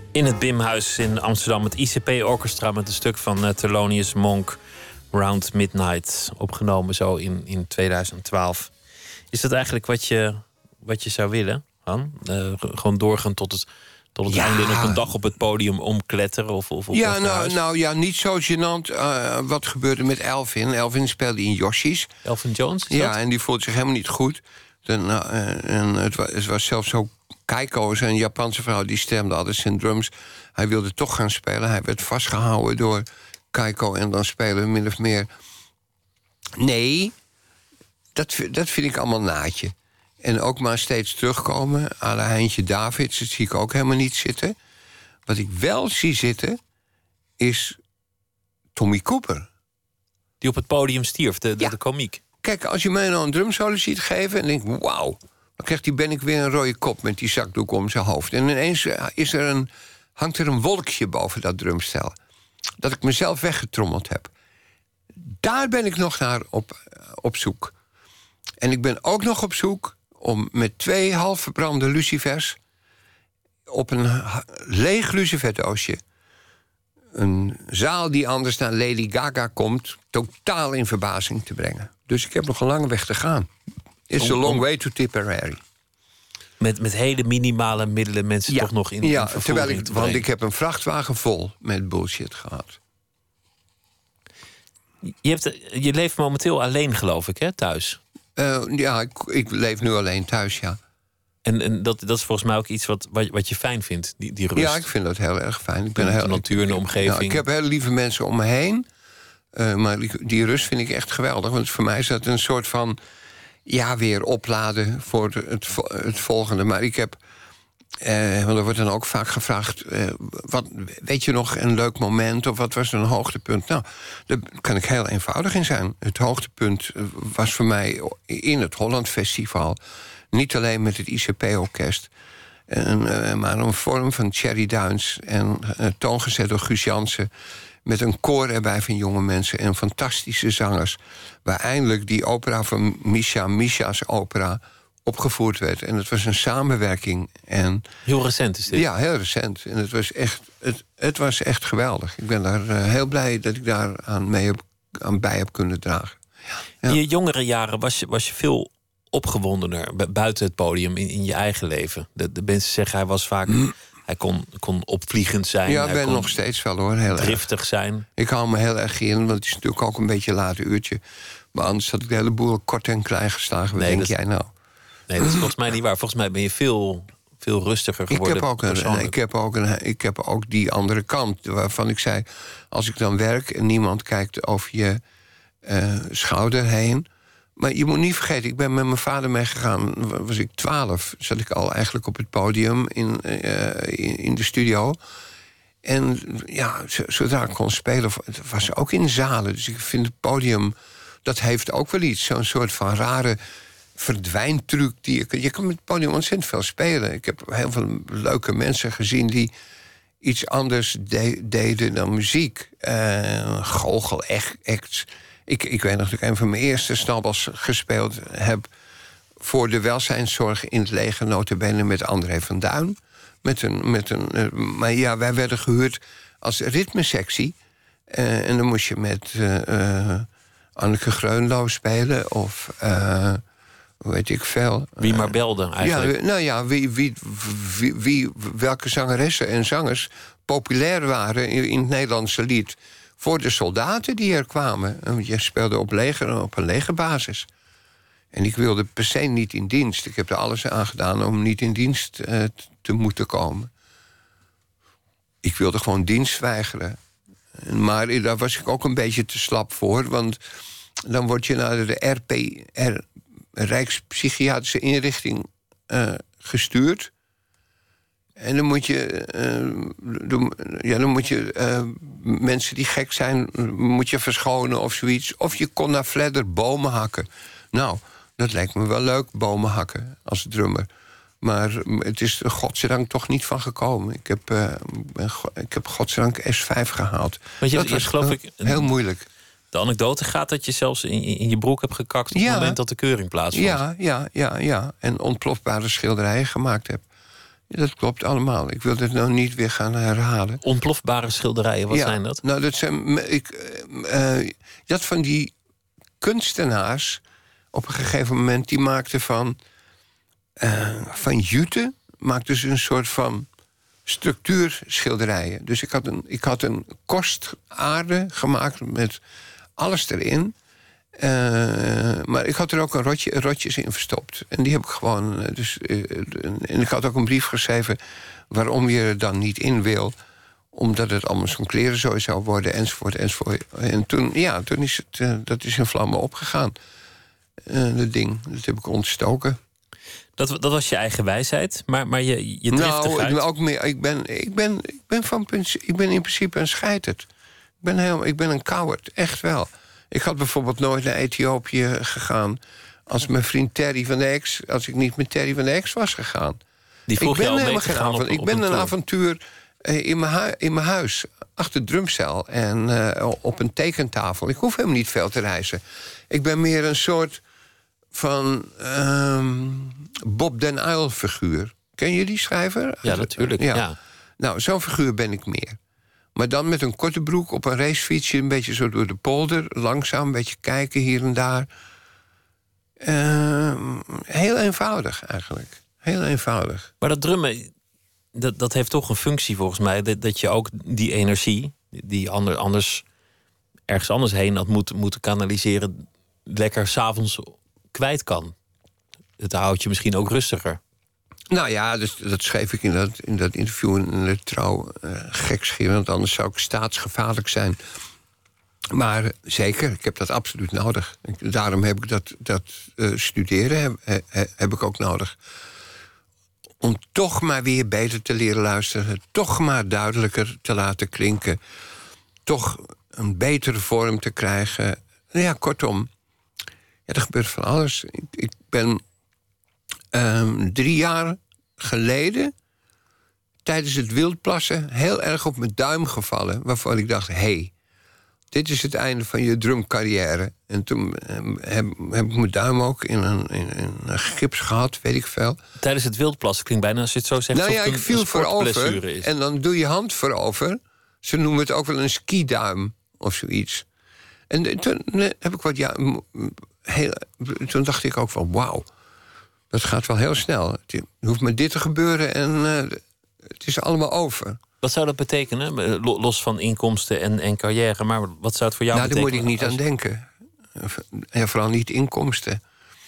In het Bimhuis in Amsterdam het ICP-orchestra met een stuk van Thelonious Monk, Round Midnight, opgenomen zo in 2012. Is dat eigenlijk wat je zou willen, Han? Gewoon doorgaan tot het einde en op een dag op het podium omkletteren? Of niet zo gênant. Wat gebeurde met Elvin? Elvin speelde in Yoshi's. Elvin Jones? Ja, en die voelde zich helemaal niet goed. En het was zelfs zo... Keiko is een Japanse vrouw, die stemde altijd zijn drums. Hij wilde toch gaan spelen. Hij werd vastgehouden door Keiko en dan spelen we min of meer. Nee, dat vind ik allemaal naadje. En ook maar steeds terugkomen. À la Heintje Davids, dat zie ik ook helemaal niet zitten. Wat ik wel zie zitten, is Tommy Cooper. Die op het podium stierf, de komiek. Kijk, als je mij nou een drumsolo ziet geven en denk, wauw, dan krijgt die Ben ik weer een rode kop met die zakdoek om zijn hoofd. En ineens hangt er een wolkje boven dat drumstel. Dat ik mezelf weggetrommeld heb. Daar ben ik nog naar op zoek. En ik ben ook nog op zoek om met 2 half verbrande lucifers op een leeg luciferdoosje een zaal die anders naar Lady Gaga komt totaal in verbazing te brengen. Dus ik heb nog een lange weg te gaan. It's a long way to Tipperary. Met hele minimale middelen mensen toch nog in vervoering te brengen. Want ik heb een vrachtwagen vol met bullshit gehad. Je leeft momenteel alleen, geloof ik, hè, thuis? Ik leef nu alleen thuis, ja. En dat is volgens mij ook iets wat je fijn vindt, die rust. Ja, ik vind dat heel erg fijn. Ik ben de natuur en de omgeving. Ik heb hele lieve mensen om me heen. Maar die rust vind ik echt geweldig. Want voor mij is dat een soort van... weer opladen voor het volgende. Maar ik heb... want er wordt dan ook vaak gevraagd... weet je nog een leuk moment of wat was een hoogtepunt? Nou, daar kan ik heel eenvoudig in zijn. Het hoogtepunt was voor mij in het Holland Festival... niet alleen met het ICP-orkest... maar een vorm van Thierry Duins... en toongezet door Guus Jansen... met een koor erbij van jonge mensen en fantastische zangers... waar eindelijk die opera van Misha's opera opgevoerd werd. En het was een samenwerking. En heel recent is dit? Ja, heel recent. En het was echt geweldig. Ik ben daar heel blij dat ik daar aan bij heb kunnen dragen. Ja. In je jongere jaren was je veel opgewondener buiten het podium in je eigen leven. De mensen zeggen hij was vaak... Hij kon opvliegend zijn. Ja, ik ben nog steeds wel, hoor. Heel driftig erg zijn. Ik hou me heel erg in, want het is natuurlijk ook een beetje een late uurtje. Maar anders had ik de hele boel kort en klein geslagen. Wat denk jij nou? Nee, dat is volgens mij niet waar. Volgens mij ben je veel rustiger geworden. Ik heb ook die andere kant. Waarvan ik zei, als ik dan werk en niemand kijkt over je schouder heen... Maar je moet niet vergeten, ik ben met mijn vader meegegaan. Was ik 12, zat ik al eigenlijk op het podium in de studio. En ja, zodra ik kon spelen, het was ook in zalen. Dus ik vind het podium, dat heeft ook wel iets. Zo'n soort van rare verdwijntruc. Je kan met het podium ontzettend veel spelen. Ik heb heel veel leuke mensen gezien die iets anders deden dan muziek. Goochel-acts. Ik weet nog dat ik een van mijn eerste snabbels gespeeld heb... voor de welzijnszorg in het leger, nota bene met André van Duin. Maar ja, wij werden gehuurd als ritmesectie. En dan moest je met Anneke Greunlo spelen of... hoe weet ik veel. Wie maar belde eigenlijk. Ja, welke zangeressen en zangers populair waren in het Nederlandse lied... voor de soldaten die er kwamen. Je speelde op een legerbasis. En ik wilde per se niet in dienst. Ik heb er alles aan gedaan om niet in dienst te moeten komen. Ik wilde gewoon dienst weigeren. Maar daar was ik ook een beetje te slap voor. Want dan word je naar de RPR, Rijkspsychiatrische Inrichting, gestuurd. En dan moet je, mensen die gek zijn, moet je verschonen of zoiets. Of je kon naar Fledder bomen hakken. Nou, dat lijkt me wel leuk, bomen hakken, als drummer. Maar het is er godzijdank toch niet van gekomen. Ik heb godzijdank S5 gehaald. Dat was geloof ik heel moeilijk. De anekdote gaat dat je zelfs in je broek hebt gekakt... op het moment dat de keuring plaatsvond. Ja. En ontplofbare schilderijen gemaakt heb. Dat klopt allemaal. Ik wil het nou niet weer gaan herhalen. Ontplofbare schilderijen, wat zijn dat? Nou, dat zijn... je had van die kunstenaars... op een gegeven moment, die maakten van jute... maakten ze een soort van structuurschilderijen. Dus ik had een korst aarde gemaakt met alles erin... maar ik had er ook rotjes in verstopt. En die heb ik gewoon... en ik had ook een brief geschreven... waarom je er dan niet in wil. Omdat het allemaal zo'n klerenzooi zou worden, enzovoort, enzovoort. En toen is het... dat is in vlammen opgegaan. Dat ding, dat heb ik ontstoken. Dat was je eigen wijsheid, maar je driftigheid... Nou, ook meer... Ik ben in principe een scheiterd. Ik ben een coward, echt wel. Ik had bijvoorbeeld nooit naar Ethiopië gegaan... als mijn vriend Terry van de Ex... als ik niet met Terry van de Ex was gegaan. Die vroeg je al mee te gaan op Ik ben een avontuur in mijn huis... achter de drumcel en op een tekentafel. Ik hoef helemaal niet veel te reizen. Ik ben meer een soort van Bob den Uyl-figuur. Ken je die schrijver? Ja, natuurlijk. Ja. Nou, zo'n figuur ben ik meer. Maar dan met een korte broek op een racefietsje... een beetje zo door de polder, langzaam, een beetje kijken hier en daar. Heel eenvoudig, eigenlijk. Heel eenvoudig. Maar dat drummen, dat heeft toch een functie volgens mij... dat je ook die energie, die anders ergens anders heen had moeten kanaliseren... lekker 'savonds kwijt kan. Het houdt je misschien ook rustiger. Nou ja, dus dat schreef ik in dat interview in de Trouw gekscherend... want anders zou ik staatsgevaarlijk zijn. Maar zeker, ik heb dat absoluut nodig. Daarom heb ik dat studeren heb ik ook nodig. Om toch maar weer beter te leren luisteren... toch maar duidelijker te laten klinken... toch een betere vorm te krijgen. Ja, kortom, er gebeurt van alles. Ik ben 3 jaar geleden... tijdens het wildplassen heel erg op mijn duim gevallen... waarvan ik dacht, dit is het einde van je drumcarrière. En toen heb ik mijn duim ook in een gips gehad, weet ik veel. Tijdens het wildplassen klinkt bijna, als je het zo zegt... Nou ja, ik viel voorover en dan doe je hand voorover. Ze noemen het ook wel een skiduim of zoiets. En toen heb ik toen dacht ik ook van, wauw, dat gaat wel heel snel. Het hoeft met dit te gebeuren en het is allemaal over. Wat zou dat betekenen? Los van inkomsten en carrière, maar wat zou het voor jou betekenen? Daar moet ik niet aan denken. Ja, vooral niet inkomsten.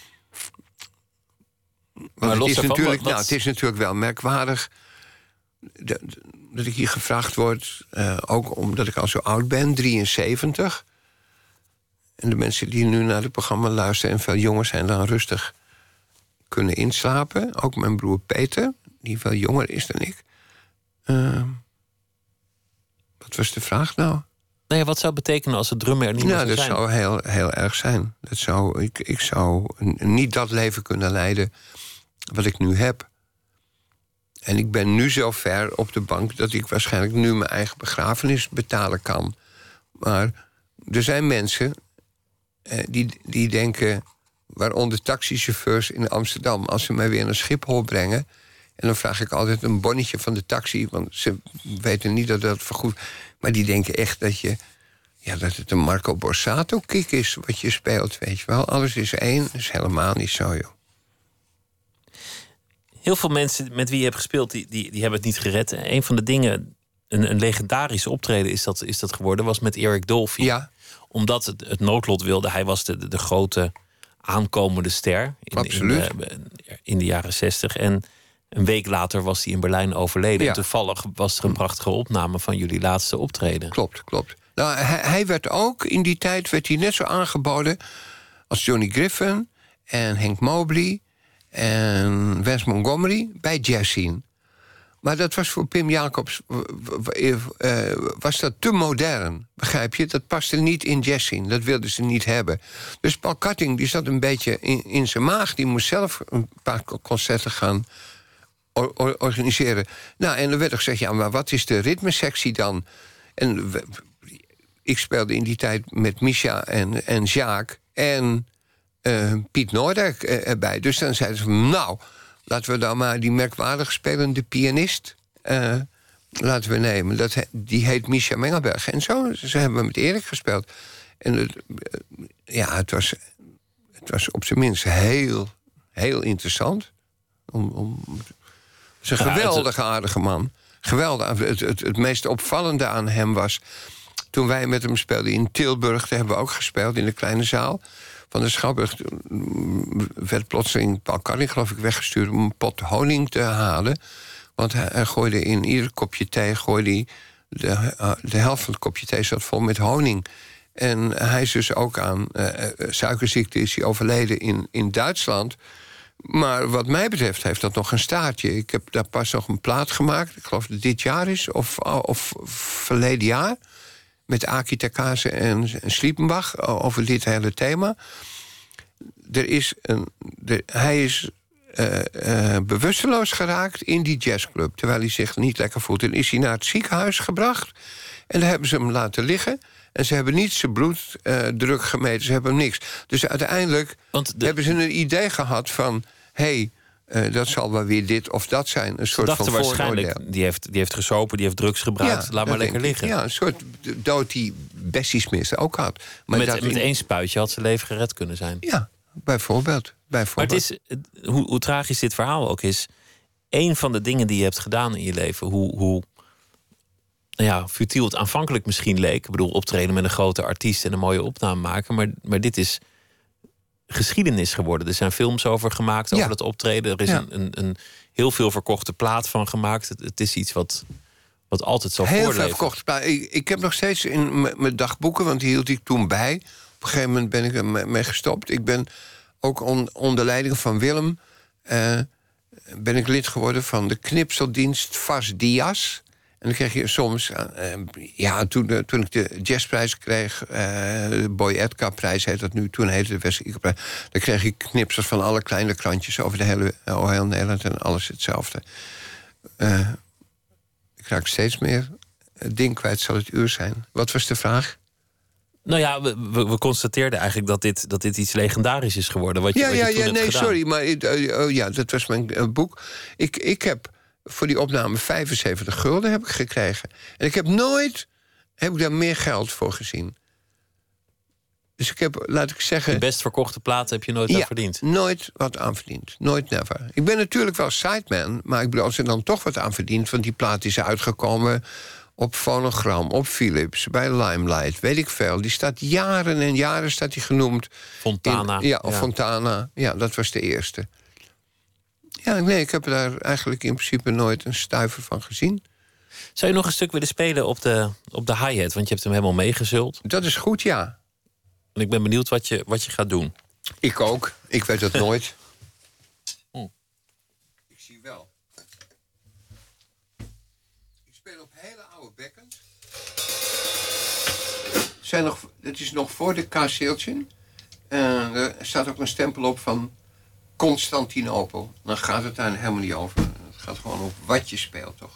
Maar het is natuurlijk wel merkwaardig... dat ik hier gevraagd word... ook omdat ik al zo oud ben, 73. En de mensen die nu naar het programma luisteren... en veel jonger zijn dan rustig kunnen inslapen. Ook mijn broer Peter, die veel jonger is dan ik... Wat was de vraag nou? Nou ja, wat zou het betekenen als het drummer er niet meer zou zijn? Dat zou heel erg zijn. Ik zou niet dat leven kunnen leiden wat ik nu heb. En ik ben nu zo ver op de bank... dat ik waarschijnlijk nu mijn eigen begrafenis betalen kan. Maar er zijn mensen die denken... waaronder taxichauffeurs in Amsterdam... als ze mij weer naar Schiphol brengen... en dan vraag ik altijd een bonnetje van de taxi... want ze weten niet dat vergoed... maar die denken echt dat het een Marco Borsato-kick is... wat je speelt, weet je wel. Alles is één, dat is helemaal niet zo, joh. Heel veel mensen met wie je hebt gespeeld, die hebben het niet gered. Een van de dingen, een legendarische optreden is dat geworden... was met Eric Dolphy. Ja. Omdat het noodlot wilde. Hij was de grote aankomende ster in de jaren 60. En een week later was hij in Berlijn overleden. Ja. En toevallig was er een prachtige opname van jullie laatste optreden. Klopt. Nou, hij werd ook, in die tijd net zo aangeboden... als Johnny Griffin en Hank Mobley en Wes Montgomery bij Jazzscene. Maar dat was voor Pim Jacobs was dat te modern, begrijp je? Dat paste niet in Jazzscene, dat wilden ze niet hebben. Dus Paul Cutting die zat een beetje in zijn maag. Die moest zelf een paar concerten gaan organiseren. Nou, en dan werd er gezegd, ja, maar wat is de ritmesectie dan? En ik speelde in die tijd met Misha en Jacques en Piet Noordijk erbij. Dus dan zeiden ze van, nou, laten we dan maar die merkwaardig spelende pianist laten we nemen. Die heet Misha Mengelberg. En zo, ze hebben met Erik gespeeld. En het was op zijn minst heel, heel interessant. Het is een geweldige, aardige man. Geweldig. Het meest opvallende aan hem was, toen wij met hem speelden in Tilburg, daar hebben we ook gespeeld in de kleine zaal van de Schouwburg, werd plotseling Paul Karling, geloof ik, weggestuurd om een pot honing te halen. Want hij gooide in ieder kopje thee, de helft van het kopje thee zat vol met honing. En hij is dus ook aan suikerziekte, is hij overleden in Duitsland. Maar wat mij betreft heeft dat nog een staartje. Ik heb daar pas nog een plaat gemaakt, ik geloof dat dit jaar is, of verleden jaar, met Aki Takase en Sliepenbach over dit hele thema. Hij is bewusteloos geraakt in die jazzclub, terwijl hij zich niet lekker voelt. En is hij naar het ziekenhuis gebracht en daar hebben ze hem laten liggen. En ze hebben niet zijn bloeddruk gemeten, ze hebben hem niks. Dus uiteindelijk hebben ze een idee gehad van, dat zal wel weer dit of dat zijn. Een soort van waarschijnlijk, die heeft gesopen, die heeft drugs gebruikt, laat maar lekker liggen. Ja, een soort dood die Bessie Smith ook had. Maar met één spuitje had zijn leven gered kunnen zijn. Ja, bijvoorbeeld. Maar het is, hoe tragisch dit verhaal ook is, één van de dingen die je hebt gedaan in je leven, hoe futiel het aanvankelijk misschien leek. Ik bedoel, optreden met een grote artiest en een mooie opname maken. Maar dit is geschiedenis geworden. Er zijn films over gemaakt, over dat optreden. Er is een heel veel verkochte plaat van gemaakt. Het is iets wat altijd zal voorleven. Heel veel verkochte plaat. Ik heb nog steeds in mijn dagboeken, want die hield ik toen bij. Op een gegeven moment ben ik ermee gestopt. Ik ben ook onder leiding van Willem ben ik lid geworden van de knipseldienst Vas Dias. En dan kreeg je soms, toen ik de jazzprijs kreeg, de Boy Edgar-prijs heet dat nu, toen heette de West-Prijs, dan kreeg ik knipsels van alle kleine krantjes over de hele heel Nederland en alles hetzelfde. Ik raak steeds meer het ding kwijt, zal het uur zijn. Wat was de vraag? Nou ja, we constateerden eigenlijk dat dit iets legendarisch is geworden. Wat je toen hebt gedaan. Sorry, maar dat was mijn boek. Ik heb voor die opname 75 gulden heb ik gekregen. En ik heb daar meer geld voor gezien. Dus ik heb, laat ik zeggen, de best verkochte platen heb je nooit aan verdiend? Nooit wat aan verdiend. Nooit, never. Ik ben natuurlijk wel sideman, maar ik bedoel, als er dan toch wat aan verdient, want die plaat is uitgekomen op Phonogram, op Philips, bij Limelight, weet ik veel. Die staat jaren en jaren staat die genoemd. Fontana. Fontana. Ja, dat was de eerste. Ja, nee, ik heb daar eigenlijk in principe nooit een stuiver van gezien. Zou je nog een stuk willen spelen op de hi-hat? Want je hebt hem helemaal meegezult. Dat is goed, ja. En ik ben benieuwd wat je gaat doen. Ik ook. Ik weet het nooit. Ik zie wel. Ik speel op hele oude bekkens. Het is nog voor de K-Seeltje. Er staat ook een stempel op van Constantinopel. Dan gaat het daar helemaal niet over. Het gaat gewoon op wat je speelt, toch?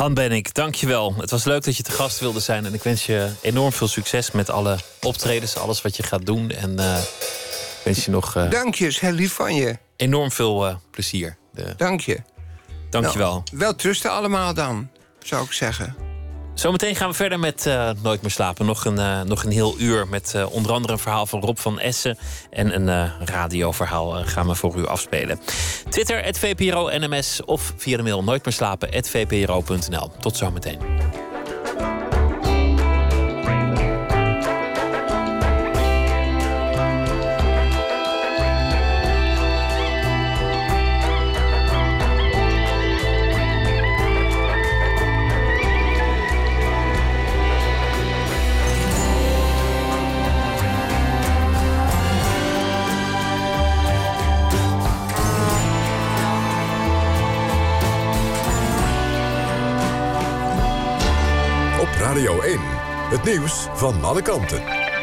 Han Benink, dankjewel. Het was leuk dat je te gast wilde zijn. En ik wens je enorm veel succes met alle optredens, alles wat je gaat doen. En ik wens je nog... Dank je, is heel lief van je. Enorm veel plezier. Dank je. Dankjewel. Nou, wel trusten allemaal dan, zou ik zeggen. Zometeen gaan we verder met Nooit meer slapen. Nog een heel uur met onder andere een verhaal van Rob van Essen. En een radioverhaal gaan we voor u afspelen. Twitter, @VPRO-NMS of via de mail nooitmeerslapen@vpro.nl. Tot zometeen. Radio 1, het nieuws van alle kanten.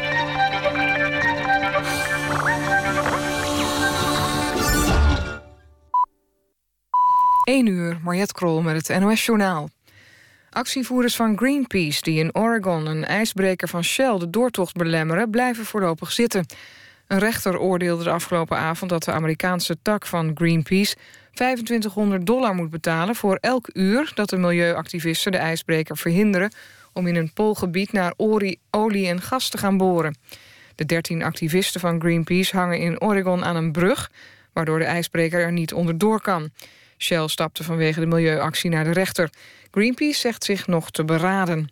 1:00, Mariette Krol met het NOS-journaal. Actievoerders van Greenpeace die in Oregon een ijsbreker van Shell de doortocht belemmeren, blijven voorlopig zitten. Een rechter oordeelde de afgelopen avond dat de Amerikaanse tak van Greenpeace $2500 moet betalen voor elk uur dat de milieuactivisten de ijsbreker verhinderen om in een poolgebied naar olie en gas te gaan boren. De 13 activisten van Greenpeace hangen in Oregon aan een brug, waardoor de ijsbreker er niet onderdoor kan. Shell stapte vanwege de milieuactie naar de rechter. Greenpeace zegt zich nog te beraden.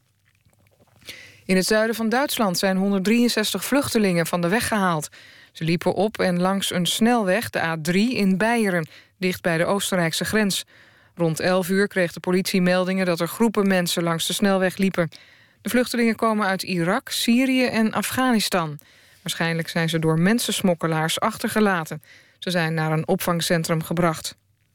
In het zuiden van Duitsland zijn 163 vluchtelingen van de weg gehaald. Ze liepen op en langs een snelweg, de A3, in Beieren, dicht bij de Oostenrijkse grens. Rond 11:00 kreeg de politie meldingen dat er groepen mensen langs de snelweg liepen. De vluchtelingen komen uit Irak, Syrië en Afghanistan. Waarschijnlijk zijn ze door mensensmokkelaars achtergelaten. Ze zijn naar een opvangcentrum gebracht.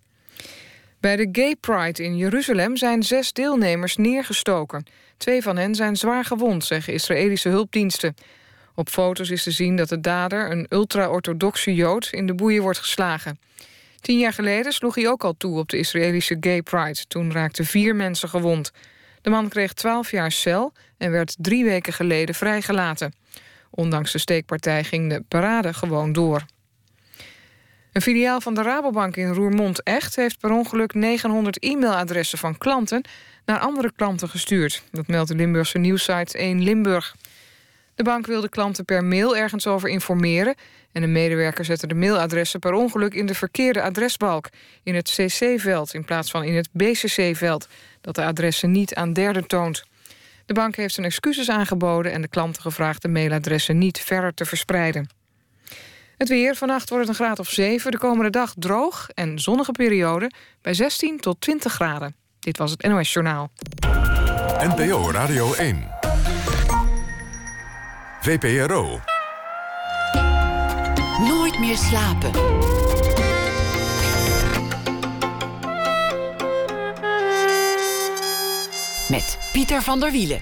Bij de Gay Pride in Jeruzalem zijn 6 deelnemers neergestoken. 2 van hen zijn zwaar gewond, zeggen Israëlische hulpdiensten. Op foto's is te zien dat de dader, een ultra-orthodoxe Jood, in de boeien wordt geslagen. 10 jaar geleden sloeg hij ook al toe op de Israëlische Gay Pride. Toen raakten 4 mensen gewond. De man kreeg 12 jaar cel en werd 3 weken geleden vrijgelaten. Ondanks de steekpartij ging de parade gewoon door. Een filiaal van de Rabobank in Roermond-Echt heeft per ongeluk 900 e-mailadressen van klanten naar andere klanten gestuurd. Dat meldt de Limburgse nieuwssite 1 Limburg. De bank wilde klanten per mail ergens over informeren en een medewerker zette de mailadressen per ongeluk in de verkeerde adresbalk, in het CC-veld in plaats van in het BCC-veld, dat de adressen niet aan derden toont. De bank heeft zijn excuses aangeboden en de klanten gevraagd de mailadressen niet verder te verspreiden. Het weer, vannacht wordt het een graad of 7, de komende dag droog en zonnige periode bij 16 tot 20 graden. Dit was het NOS Journaal. NPO Radio 1. VPRO. Nooit meer slapen. Met Pieter van der Wielen.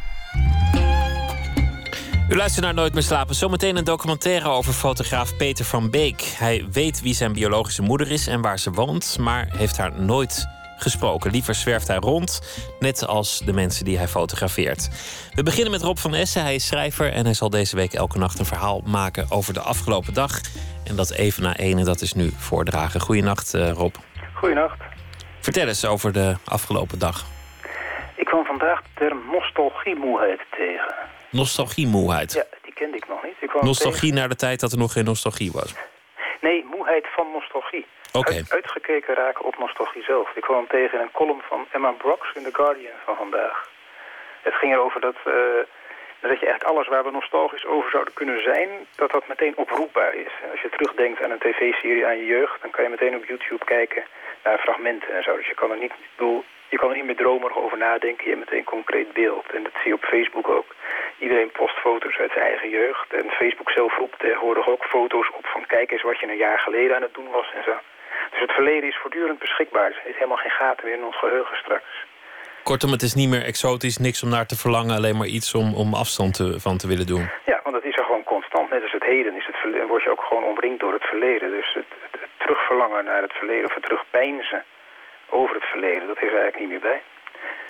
U luistert naar Nooit meer slapen. Zometeen een documentaire over fotograaf Peter van Beek. Hij weet wie zijn biologische moeder is en waar ze woont, maar heeft haar nooit gesproken. Liever zwerft hij rond, net als de mensen die hij fotografeert. We beginnen met Rob van Essen. Hij is schrijver en hij zal deze week elke nacht een verhaal maken over de afgelopen dag. En dat even na 1 en dat is nu voordragen. Goeienacht, Rob. Goeienacht. Vertel eens over de afgelopen dag. Ik kwam vandaag de term nostalgiemoeheid tegen. Nostalgiemoeheid? Ja, die kende ik nog niet. Nostalgie naar de tijd dat er nog geen nostalgie was? Nee, moeheid van nostalgie. Okay. Uitgekeken raken op nostalgie zelf. Ik kwam hem tegen in een column van Emma Brox in The Guardian van vandaag. Het ging erover dat je eigenlijk alles waar we nostalgisch over zouden kunnen zijn, dat meteen oproepbaar is. En als je terugdenkt aan een tv-serie aan je jeugd, dan kan je meteen op YouTube kijken naar fragmenten en zo. Dus je kan er niet meer dromerig over nadenken. Je hebt meteen een concreet beeld. En dat zie je op Facebook ook. Iedereen post foto's uit zijn eigen jeugd. En Facebook zelf roept tegenwoordig ook foto's op van kijk eens wat je een jaar geleden aan het doen was en zo. Dus het verleden is voortdurend beschikbaar. Er is helemaal geen gaten meer in ons geheugen straks. Kortom, het is niet meer exotisch, niks om naar te verlangen, alleen maar iets om afstand van te willen doen. Ja, want het is er gewoon constant. Net als het heden word je ook gewoon omringd door het verleden. Dus het terugverlangen naar het verleden of het terugpeinzen over het verleden, dat is er eigenlijk niet meer bij.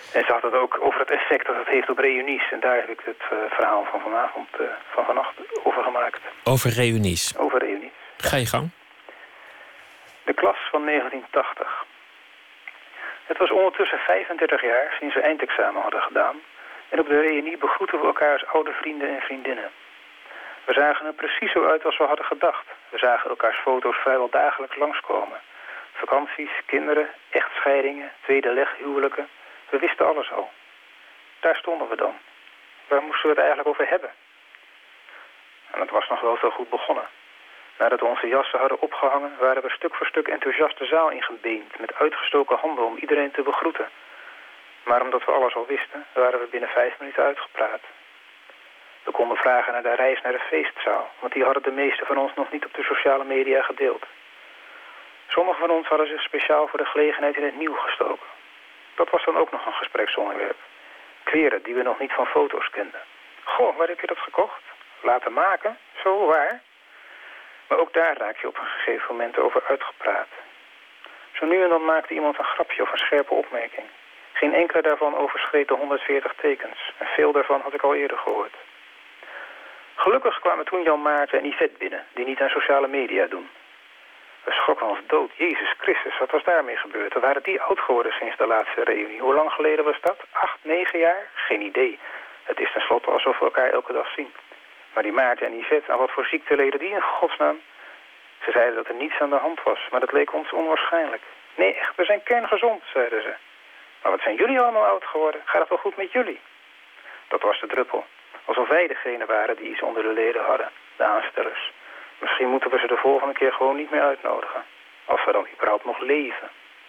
En ze had het ook over het effect dat het heeft op reunies. En daar heb ik het verhaal van vannacht over gemaakt. Over reunies? Over reunies. Ga je gang. De klas van 1980. Het was ondertussen 35 jaar sinds we eindexamen hadden gedaan. En op de reunie begroeten we elkaar als oude vrienden en vriendinnen. We zagen er precies zo uit als we hadden gedacht. We zagen elkaars foto's vrijwel dagelijks langskomen. Vakanties, kinderen, echtscheidingen, tweede leghuwelijken. We wisten alles al. Daar stonden we dan. Waar moesten we het eigenlijk over hebben? En het was nog wel zo goed begonnen. Nadat we onze jassen hadden opgehangen, waren we stuk voor stuk enthousiast de zaal ingebeend, met uitgestoken handen om iedereen te begroeten. Maar omdat we alles al wisten, waren we binnen 5 minuten uitgepraat. We konden vragen naar de reis naar de feestzaal, want die hadden de meesten van ons nog niet op de sociale media gedeeld. Sommigen van ons hadden zich speciaal voor de gelegenheid in het nieuw gestoken. Dat was dan ook nog een gespreksonderwerp. Kleren die we nog niet van foto's kenden. Goh, waar heb je dat gekocht? Laten maken? Zo, waar? Maar ook daar raak je op een gegeven moment over uitgepraat. Zo nu en dan maakte iemand een grapje of een scherpe opmerking. Geen enkele daarvan overschreed de 140 tekens. En veel daarvan had ik al eerder gehoord. Gelukkig kwamen toen Jan Maarten en Yvette binnen, die niet aan sociale media doen. We schrokken ons dood. Jezus Christus, wat was daarmee gebeurd? We waren die oud geworden sinds de laatste reunie. Hoe lang geleden was dat? 8, 9 jaar? Geen idee. Het is tenslotte alsof we elkaar elke dag zien. Maar die Maarten en Yvette, aan wat voor ziekte leden die in godsnaam? Ze zeiden dat er niets aan de hand was, maar dat leek ons onwaarschijnlijk. Nee, echt, we zijn kerngezond, zeiden ze. Maar wat zijn jullie allemaal oud geworden? Gaat het wel goed met jullie? Dat was de druppel. Alsof wij degene waren die iets onder de leden hadden, de aanstellers. Misschien moeten we ze de volgende keer gewoon niet meer uitnodigen. Als we dan überhaupt nog leven.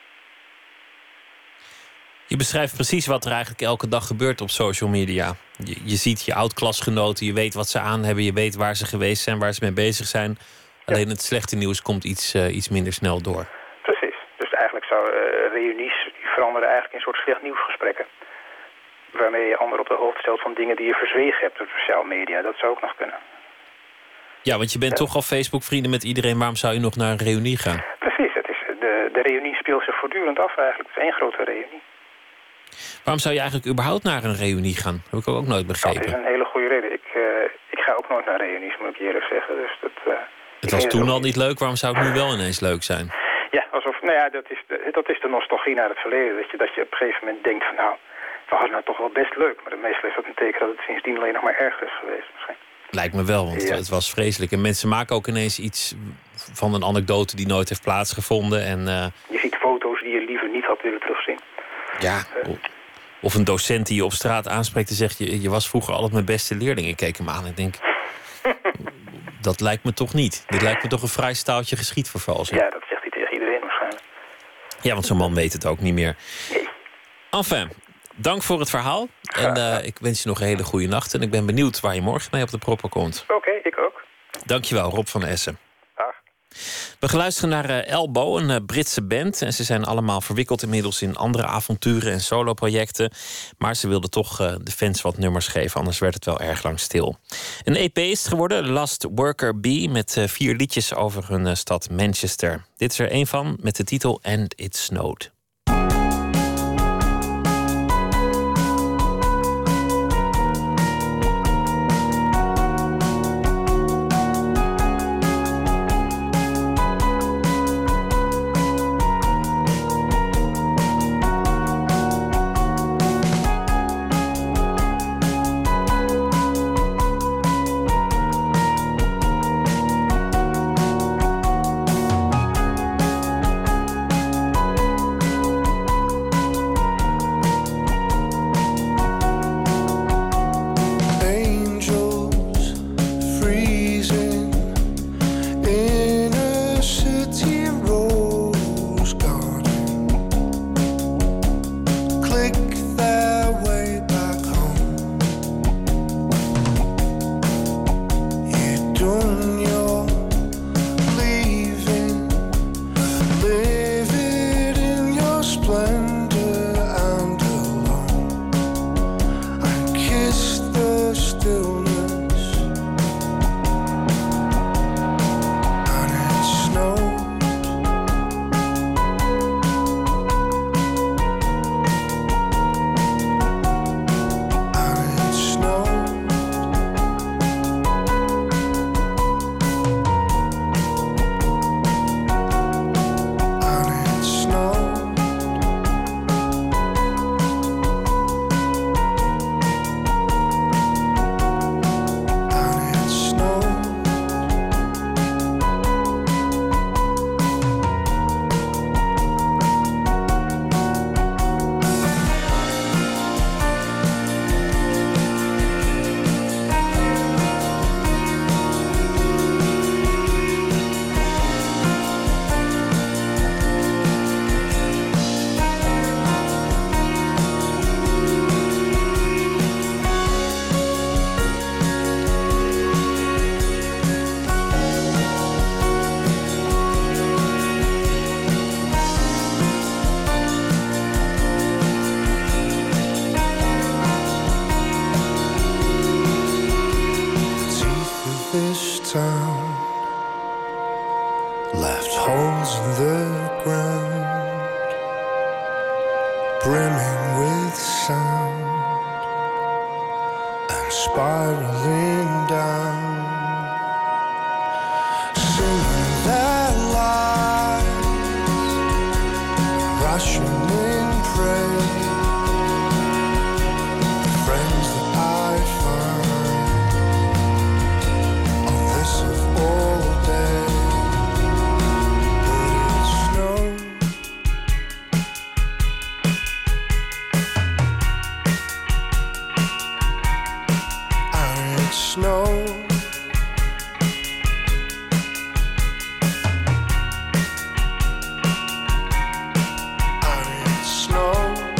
Je beschrijft precies wat er eigenlijk elke dag gebeurt op social media. Je ziet je oud-klasgenoten, je weet wat ze aan hebben, je weet waar ze geweest zijn, waar ze mee bezig zijn. Alleen het slechte nieuws komt iets minder snel door. Precies. Dus eigenlijk zou reunies veranderen eigenlijk in een soort slecht nieuwsgesprekken. Waarmee je anderen op de hoogte stelt van dingen die je verzwegen hebt op sociale media. Dat zou ook nog kunnen. Ja, want je bent toch al Facebook-vrienden met iedereen. Waarom zou je nog naar een reunie gaan? Precies. Het is, de reunie speelt zich voortdurend af eigenlijk. Het is één grote reunie. Waarom zou je eigenlijk überhaupt naar een reunie gaan? Dat heb ik ook nooit begrepen. Dat is een hele goede reden. Ik ga ook nooit naar reunies, moet ik eerlijk zeggen. Dus het was toen al niet leuk. Waarom zou het nu wel ineens leuk zijn? Ja, dat is de nostalgie naar het verleden. Dat je op een gegeven moment denkt van nou, het was nou toch wel best leuk. Maar meestal is dat een teken dat het sindsdien alleen nog maar erger is geweest misschien. Lijkt me wel, want het was vreselijk. En mensen maken ook ineens iets van een anekdote die nooit heeft plaatsgevonden. En, je ziet foto's die je liever niet had willen terugzien. Ja, of een docent die je op straat aanspreekt en zegt... je was vroeger altijd mijn beste leerling. Ik keek hem aan en denk... dat lijkt me toch niet. Dit lijkt me toch een vrij staaltje geschiedvervalsing. Ja, dat zegt hij tegen iedereen waarschijnlijk. Ja, want zo'n man weet het ook niet meer. Nee. Enfin, dank voor het verhaal. En ik wens je nog een hele goede nacht. En ik ben benieuwd waar je morgen mee op de proppen komt. Oké, ik ook. Dankjewel, Rob van Essen. Dag. We gaan luisteren naar Elbow, een Britse band. En ze zijn allemaal verwikkeld inmiddels in andere avonturen en soloprojecten. Maar ze wilden toch de fans wat nummers geven, anders werd het wel erg lang stil. Een EP is het geworden, Last Worker Bee, met 4 liedjes over hun stad Manchester. Dit is er één van met de titel And It Snowed. brimming with sound and spiraling down, singing their lies, rushing in praise. The friends that I find on this of all day. Snow, iron snow,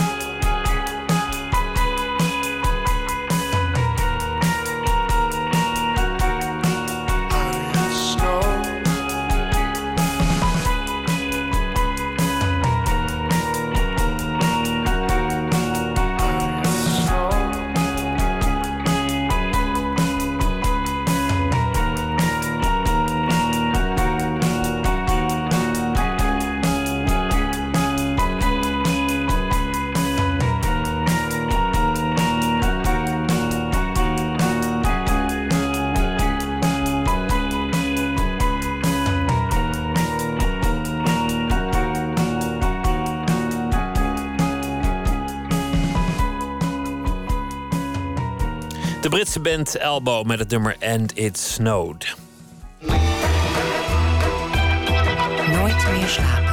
iron snow, De Britse band Elbow met het nummer And It Snowed. Nooit meer slapen.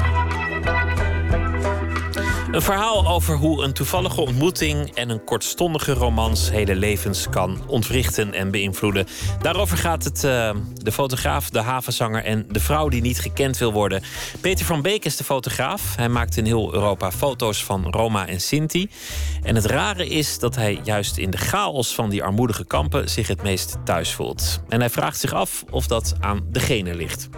Een verhaal over hoe een toevallige ontmoeting en een kortstondige romans hele levens kan ontwrichten en beïnvloeden. Daarover gaat het de fotograaf, de havenzanger en de vrouw die niet gekend wil worden. Peter van Beek is de fotograaf. Hij maakt in heel Europa foto's van Roma en Sinti. En het rare is dat hij juist in de chaos van die armoedige kampen zich het meest thuis voelt. En hij vraagt zich af of dat aan de genen ligt.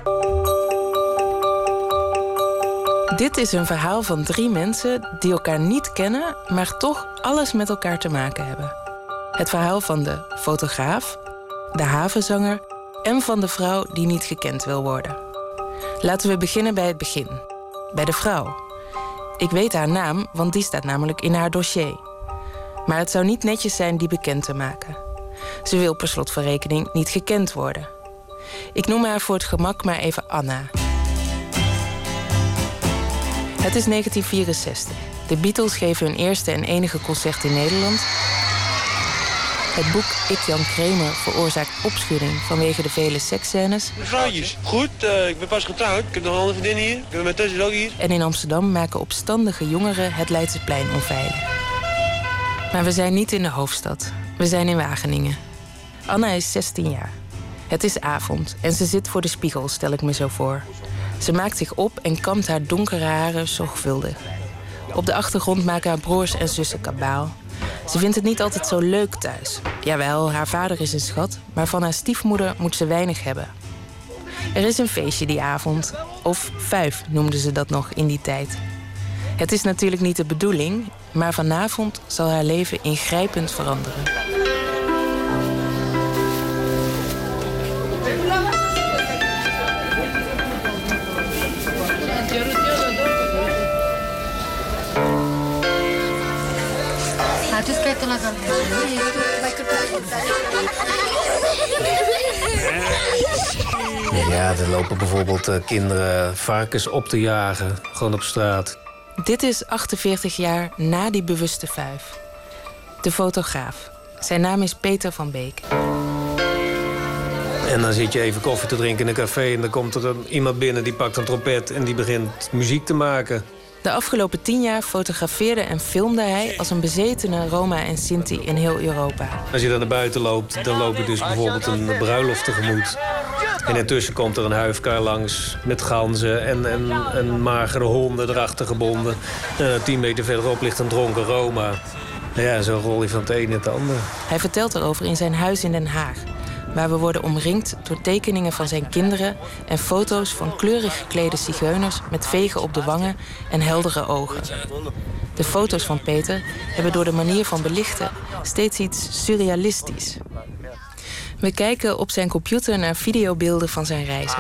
Dit is een verhaal van 3 mensen die elkaar niet kennen, maar toch alles met elkaar te maken hebben. Het verhaal van de fotograaf, de havenzanger en van de vrouw die niet gekend wil worden. Laten we beginnen bij het begin. Bij de vrouw. Ik weet haar naam, want die staat namelijk in haar dossier. Maar het zou niet netjes zijn die bekend te maken. Ze wil per slot van rekening niet gekend worden. Ik noem haar voor het gemak maar even Anna. Het is 1964. De Beatles geven hun eerste en enige concert in Nederland. Het boek Ik Jan Kramer veroorzaakt opschudding vanwege de vele seksscènes. Mevrouwtjes, goed, ik ben pas getrouwd. Ik heb nog een andere vriendin hier. Ik heb mijn tussen ook hier. En in Amsterdam maken opstandige jongeren het Leidseplein onveilig. Maar we zijn niet in de hoofdstad. We zijn in Wageningen. Anna is 16 jaar. Het is avond en ze zit voor de spiegel, stel ik me zo voor. Ze maakt zich op en kamt haar donkere haren zorgvuldig. Op de achtergrond maken haar broers en zussen kabaal. Ze vindt het niet altijd zo leuk thuis. Jawel, haar vader is een schat, maar van haar stiefmoeder moet ze weinig hebben. Er is een feestje die avond. Of 5 noemden ze dat nog in die tijd. Het is natuurlijk niet de bedoeling, maar vanavond zal haar leven ingrijpend veranderen. Ja, er lopen bijvoorbeeld kinderen varkens op te jagen, gewoon op straat. Dit is 48 jaar na die bewuste 5. De fotograaf. Zijn naam is Peter van Beek. En dan zit je even koffie te drinken in een café en dan komt er iemand binnen die pakt een trompet en die begint muziek te maken. De afgelopen 10 jaar fotografeerde en filmde hij als een bezetene Roma en Sinti in heel Europa. Als je dan naar buiten loopt, dan loop je dus bijvoorbeeld een bruiloft tegemoet. En intussen komt er een huifkar langs met ganzen en magere honden erachter gebonden. En 10 meter verderop ligt een dronken Roma. Ja, zo rol je van het een in het ander. Hij vertelt erover in zijn huis in Den Haag, waar we worden omringd door tekeningen van zijn kinderen en foto's van kleurig geklede zigeuners met vegen op de wangen en heldere ogen. De foto's van Peter hebben door de manier van belichten steeds iets surrealistisch. We kijken op zijn computer naar videobeelden van zijn reizen.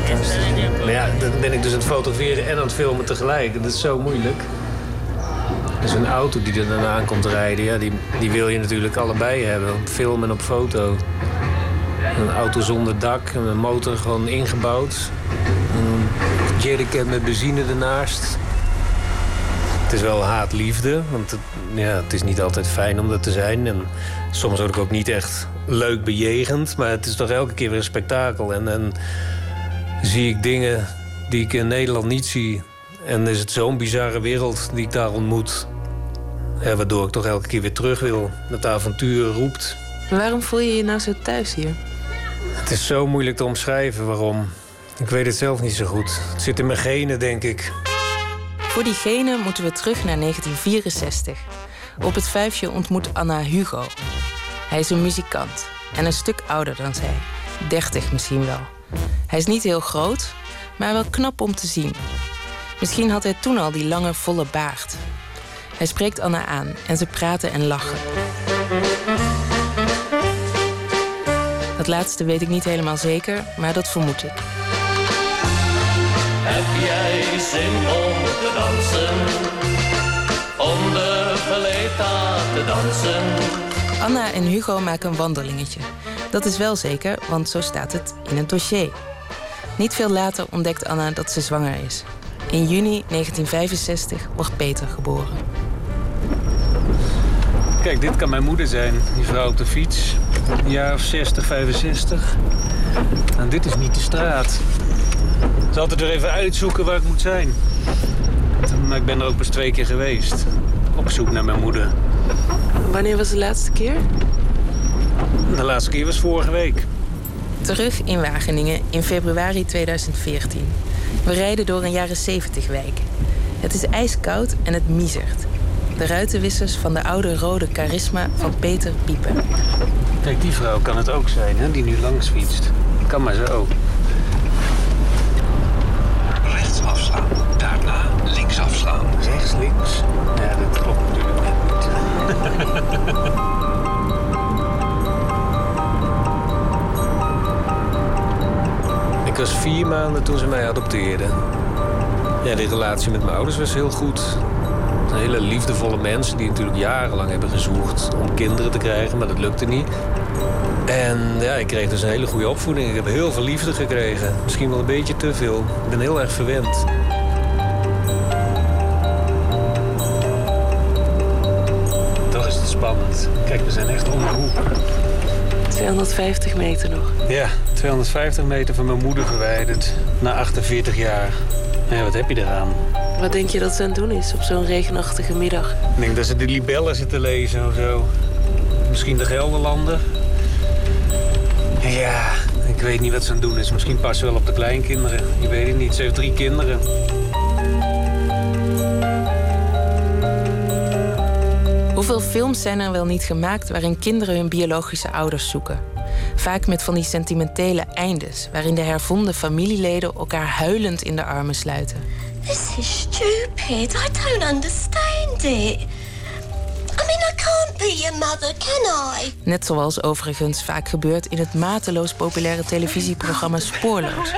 Maar ja, dan ben ik dus aan het fotograferen en aan het filmen tegelijk. Dat is zo moeilijk. Dus een auto die er dan aan komt rijden, ja, die wil je natuurlijk allebei hebben. Op film en op foto. Een auto zonder dak, een motor gewoon ingebouwd. Een jerrycan met benzine ernaast. Het is wel haat-liefde, want het is niet altijd fijn om dat te zijn. En soms word ik ook niet echt leuk bejegend, maar het is toch elke keer weer een spektakel. En dan zie ik dingen die ik in Nederland niet zie. En is het zo'n bizarre wereld die ik daar ontmoet. Ja, waardoor ik toch elke keer weer terug wil. Dat avontuur roept. Waarom voel je je nou zo thuis hier? Het is zo moeilijk te omschrijven waarom. Ik weet het zelf niet zo goed. Het zit in mijn genen, denk ik. Voor die genen moeten we terug naar 1964. Op het Vijfje ontmoet Anna Hugo. Hij is een muzikant en een stuk ouder dan zij. 30 misschien wel. Hij is niet heel groot, maar wel knap om te zien. Misschien had hij toen al die lange, volle baard. Hij spreekt Anna aan en ze praten en lachen. Dat laatste weet ik niet helemaal zeker, maar dat vermoed ik. Heb jij zin om te dansen? Om de Veleta te dansen? Anna en Hugo maken een wandelingetje. Dat is wel zeker, want zo staat het in het dossier. Niet veel later ontdekt Anna dat ze zwanger is. In juni 1965 wordt Peter geboren. Kijk, dit kan mijn moeder zijn. Die vrouw op de fiets. Een jaar of 60, 65. En dit is niet de straat. Ik zal altijd er even uitzoeken waar het moet zijn. Maar ik ben er ook pas 2 keer geweest. Op zoek naar mijn moeder. Wanneer was de laatste keer? De laatste keer was vorige week. Terug in Wageningen in februari 2014. We rijden door een jaren 70 wijk. Het is ijskoud en het miezert. De ruitenwissers van de oude rode Charisma van Peter piepen. Kijk, die vrouw kan het ook zijn, hè, die nu langs fietst. Kan maar zo. Rechts afslaan. Daarna links afslaan. Rechts, links? Ja, dat klopt natuurlijk net niet. Ik was 4 maanden toen ze mij adopteerden. Ja, de relatie met mijn ouders was heel goed. Hele liefdevolle mensen die natuurlijk jarenlang hebben gezocht om kinderen te krijgen, maar dat lukte niet. En ja, ik kreeg dus een hele goede opvoeding. Ik heb heel veel liefde gekregen. Misschien wel een beetje te veel. Ik ben heel erg verwend. Toch is het spannend. Kijk, we zijn echt om de hoek. 250 meter nog. Ja, 250 meter van mijn moeder verwijderd. Na 48 jaar. Ja, wat heb je eraan? Wat denk je dat ze aan het doen is op zo'n regenachtige middag? Ik denk dat ze de libellen zitten lezen of zo. Misschien de Gelderlander. Ja, ik weet niet wat ze aan het doen is. Misschien pas wel op de kleinkinderen. Je weet het niet. Ze heeft 3 kinderen. Hoeveel films zijn er wel niet gemaakt waarin kinderen hun biologische ouders zoeken? Vaak met van die sentimentele eindes, waarin de hervonden familieleden elkaar huilend in de armen sluiten. This is stupid. I don't understand it. I mean, I can't be your mother, can I? Net zoals overigens vaak gebeurt in het mateloos populaire televisieprogramma Spoorloos.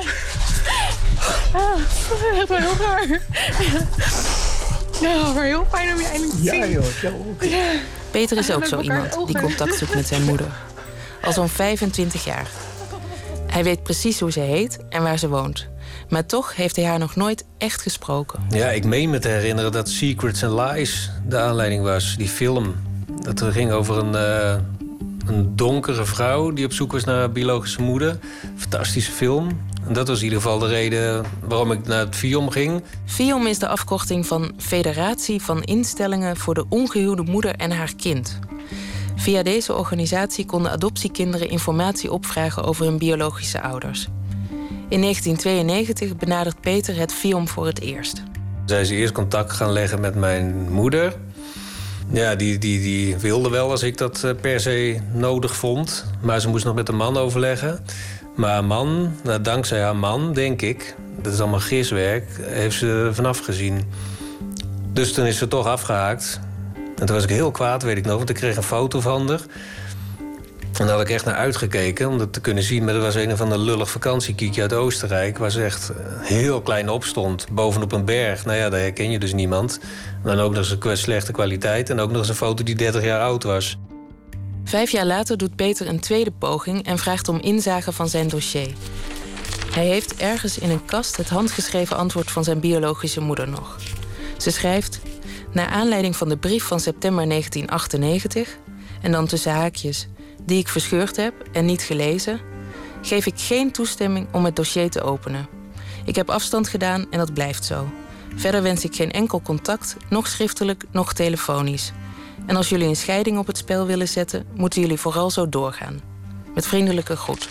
Echt wel heel raar. Ja, maar heel fijn om je eindelijk te zien. Ja joh, ja. Peter is ook zo iemand die contact zoekt met zijn moeder. Al zo'n 25 jaar. Hij weet precies hoe ze heet en waar ze woont. Maar toch heeft hij haar nog nooit echt gesproken. Ja, ik meen me te herinneren dat Secrets and Lies de aanleiding was. Die film. Dat ging over een donkere vrouw die op zoek was naar haar biologische moeder. Fantastische film. En dat was in ieder geval de reden waarom ik naar het FIOM ging. FIOM is de afkorting van Federatie van Instellingen voor de Ongehuwde Moeder en haar Kind. Via deze organisatie konden adoptiekinderen informatie opvragen over hun biologische ouders. In 1992 benadert Peter het FIOM voor het eerst. Zij is eerst contact gaan leggen met mijn moeder. Ja, die wilde wel als ik dat per se nodig vond. Maar ze moest nog met een man overleggen. Maar haar man, dankzij haar man, denk ik, dat is allemaal giswerk, heeft ze er vanaf gezien. Dus toen is ze toch afgehaakt. En toen was ik heel kwaad, weet ik nog, want ik kreeg een foto van haar. En daar had ik echt naar uitgekeken om dat te kunnen zien. Maar er was een of ander lullig vakantiekiekje uit Oostenrijk... waar ze echt heel klein op stond, bovenop een berg. Nou ja, daar herken je dus niemand. En dan ook nog eens een slechte kwaliteit... en ook nog eens een foto die 30 jaar oud was. 5 jaar later doet Peter een tweede poging... en vraagt om inzage van zijn dossier. Hij heeft ergens in een kast het handgeschreven antwoord... van zijn biologische moeder nog. Ze schrijft... naar aanleiding van de brief van september 1998... en dan tussen haakjes... die ik verscheurd heb en niet gelezen... geef ik geen toestemming om het dossier te openen. Ik heb afstand gedaan en dat blijft zo. Verder wens ik geen enkel contact, nog schriftelijk, nog telefonisch. En als jullie een scheiding op het spel willen zetten... moeten jullie vooral zo doorgaan. Met vriendelijke groet.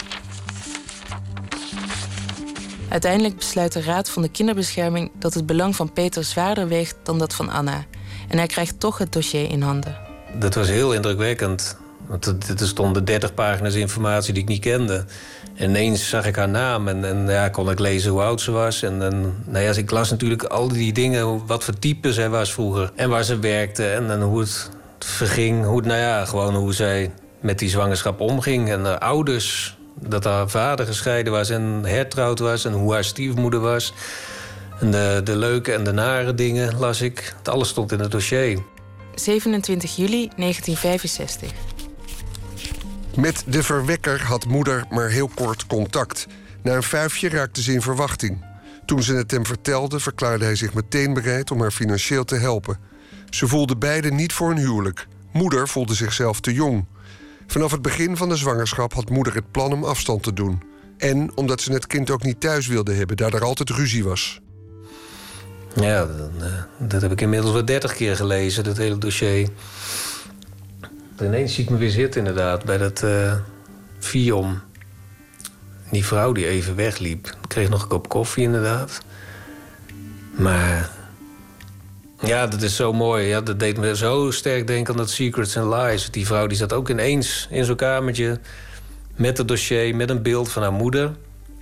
Uiteindelijk besluit de Raad van de Kinderbescherming... dat het belang van Peter zwaarder weegt dan dat van Anna. En hij krijgt toch het dossier in handen. Dat was heel indrukwekkend. Want er stonden 30 pagina's informatie die ik niet kende. En ineens zag ik haar naam en ja, kon ik lezen hoe oud ze was. En nou ja, ik las natuurlijk al die dingen, wat voor type zij was vroeger. En waar ze werkte en hoe het verging. Hoe zij met die zwangerschap omging. En haar ouders, dat haar vader gescheiden was en hertrouwd was. En hoe haar stiefmoeder was. En de leuke en de nare dingen las ik. Het alles stond in het dossier. 27 juli 1965. Met de verwekker had moeder maar heel kort contact. Na een vuifje raakte ze in verwachting. Toen ze het hem vertelde, verklaarde hij zich meteen bereid om haar financieel te helpen. Ze voelden beiden niet voor een huwelijk. Moeder voelde zichzelf te jong. Vanaf het begin van de zwangerschap had moeder het plan om afstand te doen. En omdat ze het kind ook niet thuis wilde hebben, daar er altijd ruzie was. Ja, dat heb ik inmiddels wel 30 keer gelezen, dat hele dossier. Ineens zie ik me weer zitten inderdaad, bij dat Viom. Die vrouw die even wegliep. Ik kreeg nog een kop koffie inderdaad. Maar ja, dat is zo mooi. Ja, dat deed me zo sterk denken aan dat Secrets and Lies. Die vrouw die zat ook ineens in zo'n kamertje... met het dossier, met een beeld van haar moeder.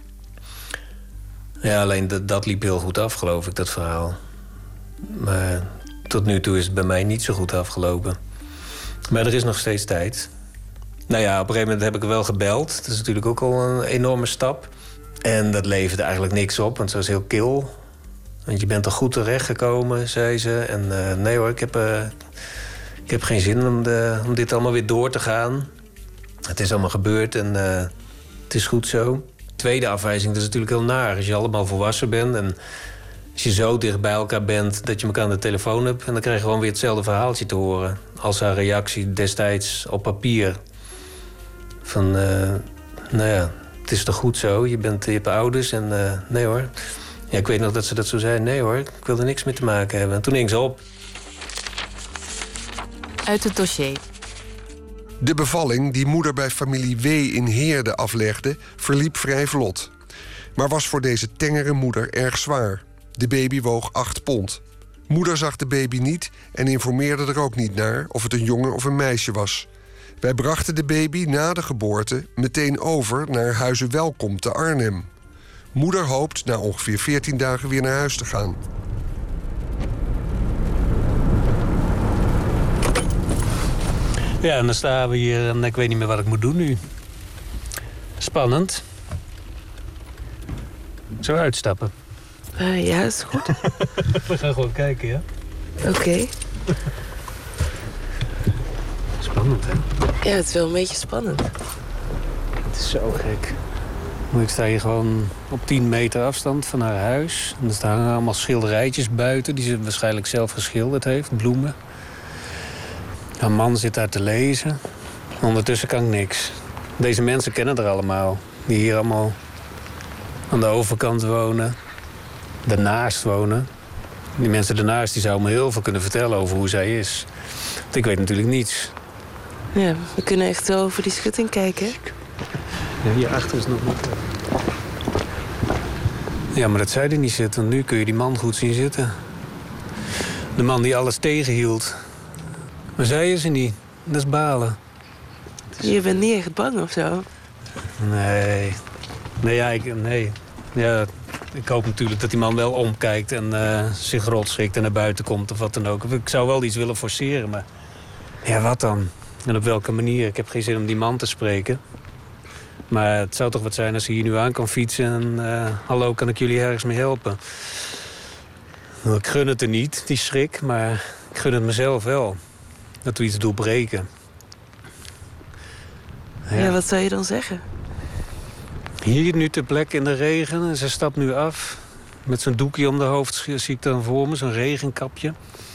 Ja, alleen dat liep heel goed af, geloof ik, dat verhaal. Maar tot nu toe is het bij mij niet zo goed afgelopen. Maar er is nog steeds tijd. Nou ja, op een gegeven moment heb ik er wel gebeld. Dat is natuurlijk ook al een enorme stap. En dat leverde eigenlijk niks op, want ze was heel kil. Want je bent er goed terechtgekomen, zei ze. En nee hoor, ik heb geen zin om dit allemaal weer door te gaan. Het is allemaal gebeurd en het is goed zo. Tweede afwijzing, dat is natuurlijk heel naar. Als je allemaal volwassen bent en als je zo dicht bij elkaar bent... dat je elkaar aan de telefoon hebt... en dan krijg je gewoon weer hetzelfde verhaaltje te horen... als haar reactie destijds op papier. Van, nou ja, het is toch goed zo? Je hebt ouders en nee hoor. Ja, ik weet nog dat ze dat zo zei. Nee hoor, ik wil er niks mee te maken hebben. En toen hing ze op. Uit het dossier. De bevalling die moeder bij familie W. in Heerde aflegde... verliep vrij vlot. Maar was voor deze tengere moeder erg zwaar. De baby woog 8 pond. Moeder zag de baby niet en informeerde er ook niet naar... of het een jongen of een meisje was. Wij brachten de baby na de geboorte meteen over naar Huize Welkom te Arnhem. Moeder hoopt na ongeveer 14 dagen weer naar huis te gaan. Ja, en dan staan we hier en ik weet niet meer wat ik moet doen nu. Spannend. Zo uitstappen. Ja, is goed. We gaan gewoon kijken, ja? Oké. Spannend, hè? Ja, het is wel een beetje spannend. Het is zo gek. Ik sta hier gewoon op 10 meter afstand van haar huis. En er staan allemaal schilderijtjes buiten... die ze waarschijnlijk zelf geschilderd heeft, bloemen. Haar man zit daar te lezen. Ondertussen kan ik niks. Deze mensen kennen er allemaal. Die hier allemaal aan de overkant wonen. Daarnaast wonen. Die mensen daarnaast die zouden me heel veel kunnen vertellen over hoe zij is. Want ik weet natuurlijk niets. Ja, we kunnen echt zo over die schutting kijken. Ja, hierachter is nog wat. Ja, maar dat zij er niet zit. Want nu kun je die man goed zien zitten. De man die alles tegenhield. Maar zij is er niet. Dat is balen. Je bent niet echt bang of zo? Nee. Nee. Ja, ik hoop natuurlijk dat die man wel omkijkt en zich rot schikt en naar buiten komt of wat dan ook. Ik zou wel iets willen forceren, maar... Ja, wat dan? En op welke manier. Ik heb geen zin om die man te spreken. Maar het zou toch wat zijn als hij hier nu aan kan fietsen... en hallo, kan ik jullie ergens mee helpen? Nou, ik gun het er niet, die schrik, maar ik gun het mezelf wel. Dat we iets doorbreken. Ja, wat zou je dan zeggen? Hier nu ter plekke in de regen en ze stapt nu af. Met zo'n doekje om de hoofd zie ik dan voor me, zo'n regenkapje.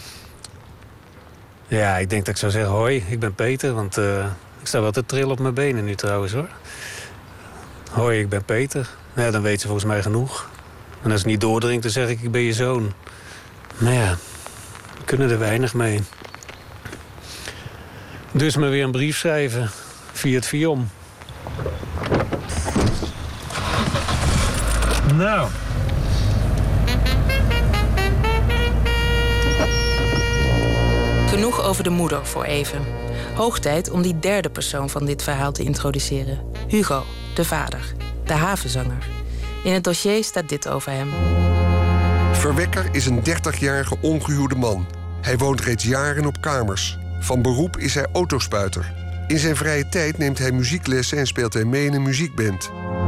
Ja, ik denk dat ik zou zeggen, hoi, ik ben Peter. Want ik sta wel te trillen op mijn benen nu trouwens, hoor. Hoi, ik ben Peter. Ja, dan weet ze volgens mij genoeg. En als het niet doordringt, dan zeg ik ben je zoon. Maar ja, we kunnen er weinig mee. Dus maar weer een brief schrijven. Via het Viom. Nou. Genoeg over de moeder voor even. Hoog tijd om die derde persoon van dit verhaal te introduceren. Hugo, de vader, de havenzanger. In het dossier staat dit over hem. Verwekker is een 30-jarige ongehuwde man. Hij woont reeds jaren op kamers. Van beroep is hij autospuiter. In zijn vrije tijd neemt hij muzieklessen en speelt hij mee in een muziekband.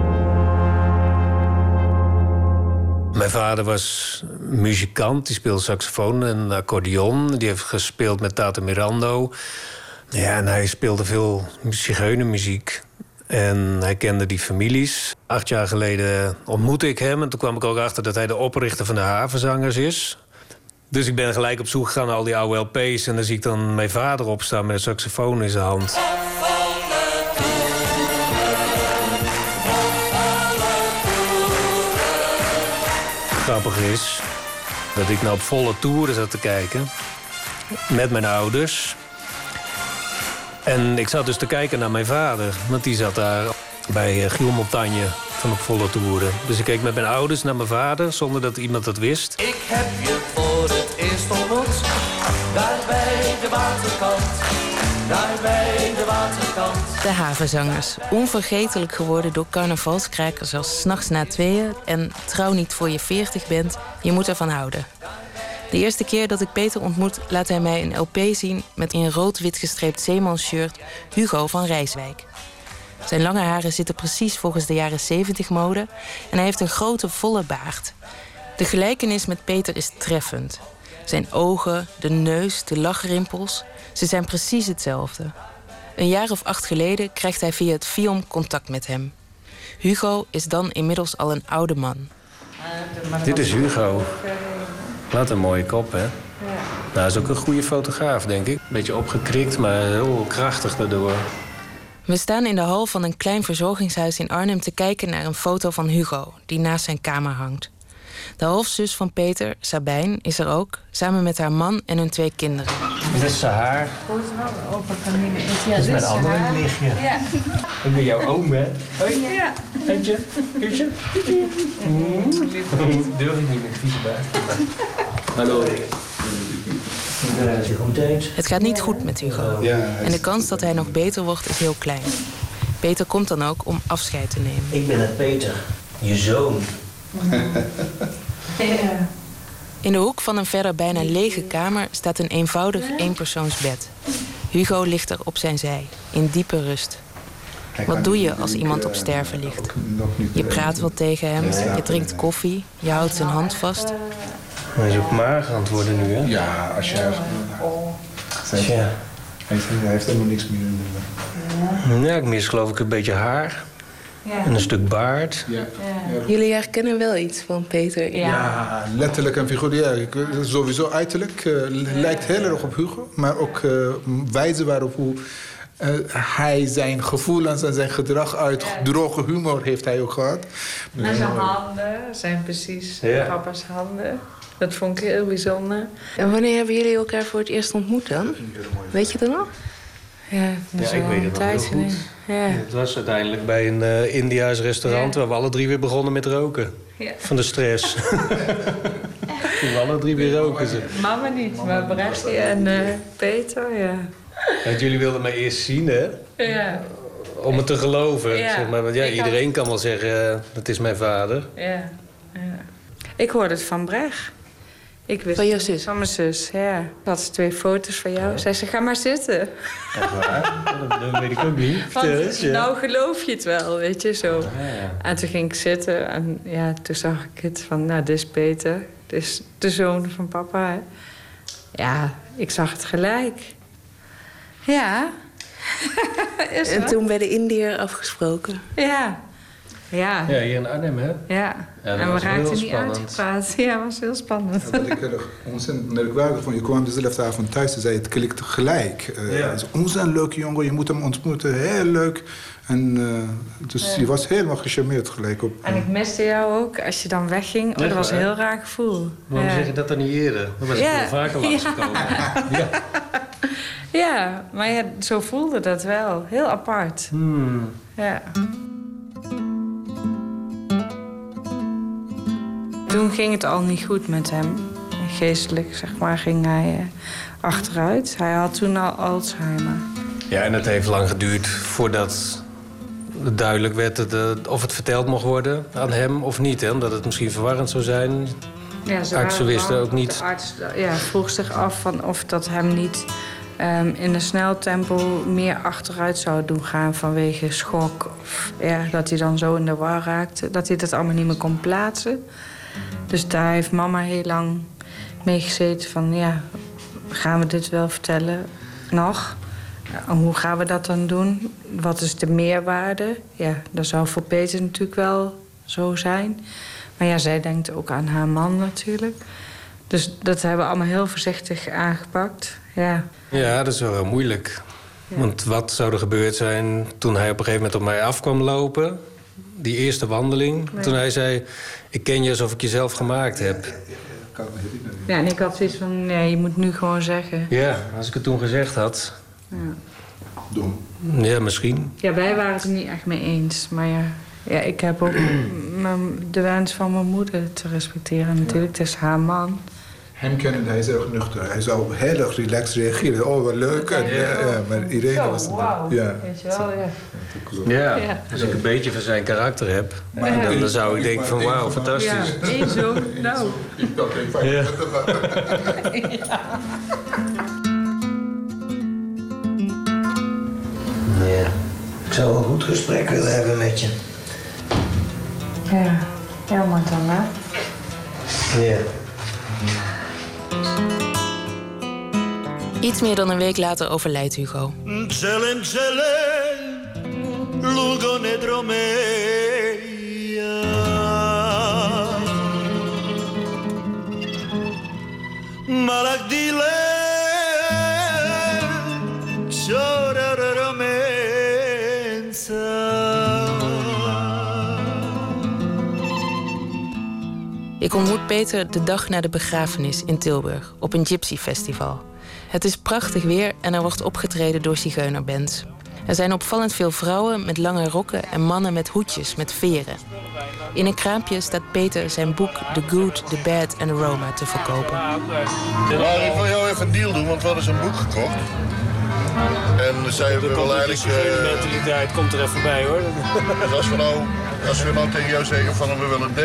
Mijn vader was muzikant, die speelde saxofoon en accordeon. Die heeft gespeeld met Tata Mirando. Ja, en hij speelde veel zigeunermuziek. En hij kende die families. 8 jaar geleden ontmoette ik hem en toen kwam ik ook achter dat hij de oprichter van de Havenzangers is. Dus ik ben gelijk op zoek gegaan naar al die oude LP's. En dan zie ik dan mijn vader opstaan met een saxofoon in zijn hand. Grappig is dat ik nou op volle toeren zat te kijken. Met mijn ouders. En ik zat dus te kijken naar mijn vader. Want die zat daar bij Giel Montagne van op volle toeren. Dus ik keek met mijn ouders naar mijn vader zonder dat iemand dat wist. Ik heb je voor het eerst ontmoet, daar bij de waterkant, daar bij de waterkant. De Havenzangers, onvergetelijk geworden door carnavalskrakers als 's Nachts na 2 en Trouw niet voor je 40 bent, je moet ervan houden. De eerste keer dat ik Peter ontmoet, laat hij mij een LP zien met in rood-wit gestreept zeemansshirt Hugo van Rijswijk. Zijn lange haren zitten precies volgens de jaren 70 mode en hij heeft een grote volle baard. De gelijkenis met Peter is treffend. Zijn ogen, de neus, de lachrimpels, ze zijn precies hetzelfde. Een jaar of 8 geleden krijgt hij via het Viom contact met hem. Hugo is dan inmiddels al een oude man. Dit is Hugo. Wat een mooie kop, hè? Ja. Nou, hij is ook een goede fotograaf, denk ik. Beetje opgekrikt, maar heel krachtig daardoor. We staan in de hal van een klein verzorgingshuis in Arnhem te kijken naar een foto van Hugo, die naast zijn kamer hangt. De halfzus van Peter, Sabijn, is er ook, samen met haar man en hun 2 kinderen. Dit is zijn haar. Dit is mijn andere nichtje. Ja. Ik ben jouw oom, hè? Hoi. Ja. Eentje. Kusje. Durf ik niet met vieze baard. Hallo. Het gaat niet goed met Hugo. En de kans dat hij nog beter wordt is heel klein. Peter komt dan ook om afscheid te nemen. Ik ben het Peter, je zoon. In de hoek van een verder bijna lege kamer staat een eenvoudig eenpersoonsbed. Hugo ligt er op zijn zij, in diepe rust. Wat doe je als iemand op sterven ligt? Je praat wat tegen hem, je drinkt koffie, je houdt zijn hand vast. Hij is ook mager aan het worden nu, hè? Ja, als je... Hij heeft helemaal niks meer. Ja, ik mis geloof ik een beetje haar. Ja. En een stuk baard. Ja. Jullie herkennen wel iets van Peter. Ja, letterlijk en figurair. Sowieso uiterlijk lijkt heel erg op Hugo. Maar ook wijze waarop hoe hij zijn gevoelens en zijn gedrag uit droge humor heeft hij ook gehad. En zijn handen zijn precies papa's handen. Dat vond ik heel bijzonder. En wanneer hebben jullie elkaar voor het eerst ontmoet dan? Weet je dat nog? Ja, ik weet het nog heel goed. Ja. Het was uiteindelijk bij een Indiaas restaurant waar we alle 3 weer begonnen met roken. Ja. Van de stress. Toen we alle 3 weer roken. Mama niet, maar Brechtje en Peter, ja. Want jullie wilden mij eerst zien, hè? Ja. Om het te geloven, zeg maar. Want iedereen kan wel zeggen, het is mijn vader. Ja. Ik hoorde het van Brecht. Ik wist van jouw zus? Van mijn zus, ja. Dat is 2 foto's van jou. Zei ze, ga maar zitten. Echt waar? Dat weet ik ook niet. Want, nou geloof je het wel, weet je, zo. Ja. En toen ging ik zitten en ja, toen zag ik het van, nou, dit is Peter. Dit is de zoon van papa, hè. Ja, ik zag het gelijk. Ja. En toen bij de Indiër afgesproken? Ja. Ja. Ja, hier in Arnhem, hè? Ja. En we raakten niet uitgepraat. Ja, dat was heel spannend. Ja, wat ik er ontzettend merkwaardig vond, je kwam dezelfde avond thuis en zei het klikte gelijk. Het is ontzettend leuke jongen, je moet hem ontmoeten, heel leuk. En dus je was helemaal gecharmeerd gelijk op. En ik miste jou ook als je dan wegging. Oh, dat was een heel raar gevoel. Waarom zeg je dat dan niet eerder? Dan was ik veel vaker langsgekomen. Ja. Ja, maar ja, zo voelde dat wel. Heel apart. Ja. Toen ging het al niet goed met hem. Geestelijk, zeg maar, ging hij achteruit. Hij had toen al Alzheimer. Ja, en het heeft lang geduurd voordat het duidelijk werd of het verteld mocht worden aan hem of niet. Hè? Omdat het misschien verwarrend zou zijn. Ja, artsen wisten ook niet. De arts vroeg zich af van of dat hem niet in een snel tempo meer achteruit zou doen gaan vanwege schok. Of dat hij dan zo in de war raakte. Dat hij dat allemaal niet meer kon plaatsen. Dus daar heeft mama heel lang mee gezeten van, ja, gaan we dit wel vertellen nog? Hoe gaan we dat dan doen? Wat is de meerwaarde? Ja, dat zou voor Peter natuurlijk wel zo zijn. Maar ja, zij denkt ook aan haar man natuurlijk. Dus dat hebben we allemaal heel voorzichtig aangepakt. Ja, Dat is wel heel moeilijk. Ja. Want wat zou er gebeurd zijn toen hij op een gegeven moment op mij af kwam lopen? Die eerste wandeling. Nee. Toen hij zei, ik ken je alsof ik je zelf gemaakt heb. Ja, en ik had zoiets van, nee, je moet nu gewoon zeggen. Ja, als ik het toen gezegd had. Ja. Dom. Ja, misschien. Ja, wij waren het er niet echt mee eens. Maar ja, ik heb ook de wens van mijn moeder te respecteren. Natuurlijk, het is haar man. Hem kennen, hij is erg nuchter. Hij zou heel erg relaxed reageren. Oh, wat leuk. Maar Irene was het. Wow. Ja. Weet je wel, ja. Als ik een beetje van zijn karakter heb, dan zou ik denken van wauw, fantastisch. Ja, één zoon, nou. Ik dacht even van Ja, ik zou wel een goed gesprek willen hebben met je. Ja, helemaal dan, hè? Ja. Iets meer dan een week later overlijdt Hugo. Ik ontmoet Peter de dag na de begrafenis in Tilburg op een gypsy festival. Het is prachtig weer en er wordt opgetreden door zigeunerbands. Er zijn opvallend veel vrouwen met lange rokken en mannen met hoedjes met veren. In een kraampje staat Peter zijn boek The Good, The Bad and The Roma te verkopen. Ik wil jou even een deal doen, want we hadden zo'n boek gekocht. En zij wil eigenlijk... De mentaliteit komt er even bij, hoor. Dus als we nou tegen jou zeggen van we willen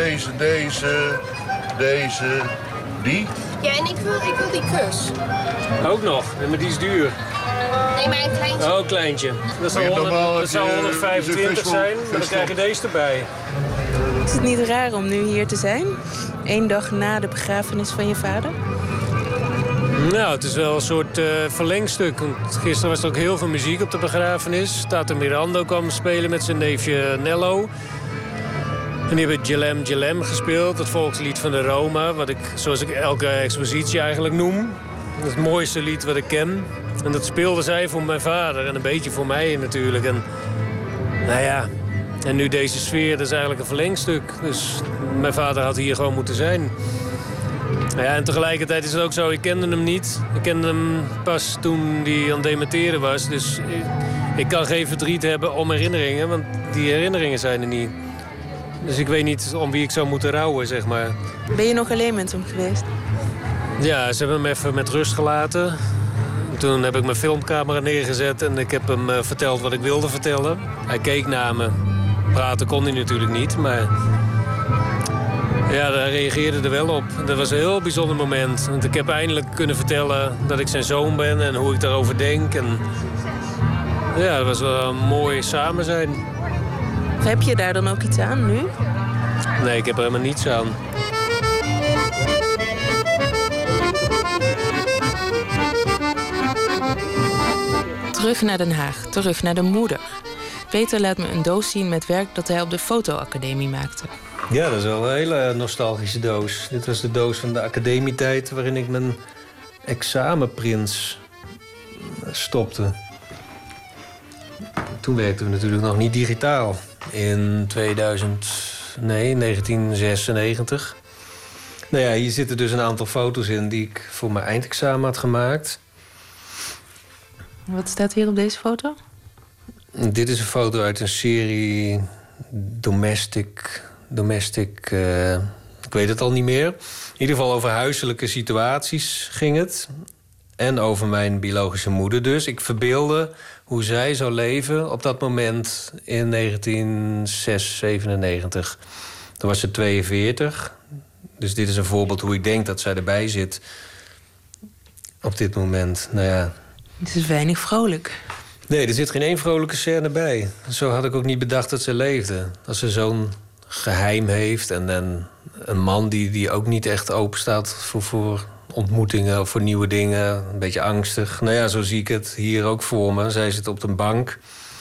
deze, die... Ja, en ik wil die kus. Ook nog, maar die is duur. Nee, maar een kleintje. Oh, kleintje. Dat zou 125 zijn, maar dan krijg je deze erbij. Is het niet raar om nu hier te zijn? 1 dag na de begrafenis van je vader? Nou, het is wel een soort verlengstuk. Want gisteren was er ook heel veel muziek op de begrafenis. Tato Miranda kwam spelen met zijn neefje Nello. En die hebben Jelem Jelem gespeeld, het volkslied van de Roma. Wat ik, zoals ik elke expositie eigenlijk noem. Het mooiste lied wat ik ken. En dat speelden zij voor mijn vader en een beetje voor mij natuurlijk. En nou ja, en nu deze sfeer, dat is eigenlijk een verlengstuk. Dus mijn vader had hier gewoon moeten zijn. Nou ja, en tegelijkertijd is het ook zo, ik kende hem niet. Ik kende hem pas toen hij aan het dementeren was. Dus ik kan geen verdriet hebben om herinneringen, want die herinneringen zijn er niet. Dus ik weet niet om wie ik zou moeten rouwen, zeg maar. Ben je nog alleen met hem geweest? Ja, ze hebben hem even met rust glaten. Toen heb ik mijn filmcamera neergezet en ik heb hem verteld wat ik wilde vertellen. Hij keek naar me. Praten kon hij natuurlijk niet, maar... Ja, daar reageerde er wel op. Dat was een heel bijzonder moment. Want ik heb eindelijk kunnen vertellen dat ik zijn zoon ben en hoe ik daarover denk. En ja, dat was wel een mooi samen zijn. Heb je daar dan ook iets aan nu? Nee, ik heb er helemaal niets aan. Terug naar Den Haag, terug naar de moeder. Peter laat me een doos zien met werk dat hij op de fotoacademie maakte. Ja, dat is wel een hele nostalgische doos. Dit was de doos van de academietijd waarin ik mijn examenprints stopte. Toen werkten we natuurlijk nog niet digitaal. In 1996. Nou ja, hier zitten dus een aantal foto's in die ik voor mijn eindexamen had gemaakt. Wat staat hier op deze foto? Dit is een foto uit een serie Domestic, ik weet het al niet meer. In ieder geval over huiselijke situaties ging het. En over mijn biologische moeder dus. Ik verbeelde hoe zij zou leven op dat moment in 1997. Toen was ze 42. Dus dit is een voorbeeld hoe ik denk dat zij erbij zit op dit moment. Nou ja. Het is weinig vrolijk. Nee, er zit geen één vrolijke scène bij. Zo had ik ook niet bedacht dat ze leefde. Als ze zo'n geheim heeft en een man die ook niet echt open staat voor ontmoetingen of voor nieuwe dingen. Een beetje angstig. Nou ja, zo zie ik het hier ook voor me. Zij zit op een bank.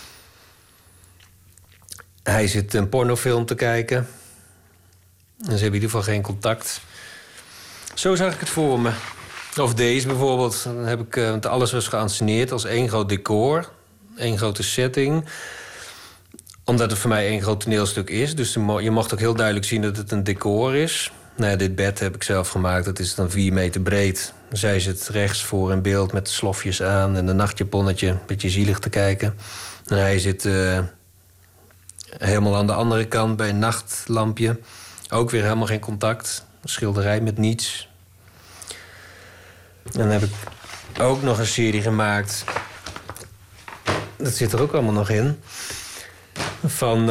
Hij zit een pornofilm te kijken. En ze hebben in ieder geval geen contact. Zo zag ik het voor me. Of deze bijvoorbeeld. Dan heb ik, want alles was geanceneerd als één groot decor. Één grote setting. Omdat het voor mij één groot toneelstuk is. Dus je mocht ook heel duidelijk zien dat het een decor is. Nou ja, dit bed heb ik zelf gemaakt. Dat is dan 4 meter breed. Zij zit rechts voor in beeld met slofjes aan en een nachtjaponnetje. Een beetje zielig te kijken. En hij zit helemaal aan de andere kant bij een nachtlampje. Ook weer helemaal geen contact. Een schilderij met niets. En dan heb ik ook nog een serie gemaakt. Dat zit er ook allemaal nog in. Van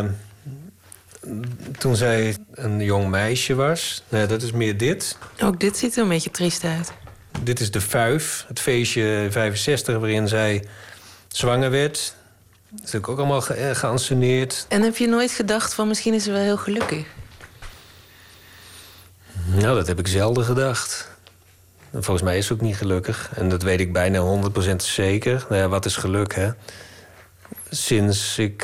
toen zij een jong meisje was. Nou, dat is meer dit. Ook dit ziet er een beetje triest uit. Dit is de Fuif, het feestje 65 waarin zij zwanger werd. Dat is ook allemaal geanceneerd. En heb je nooit gedacht van misschien is ze wel heel gelukkig? Nou, dat heb ik zelden gedacht. Volgens mij is ze ook niet gelukkig. En dat weet ik bijna 100% zeker. Nou ja, wat is geluk, hè? Sinds ik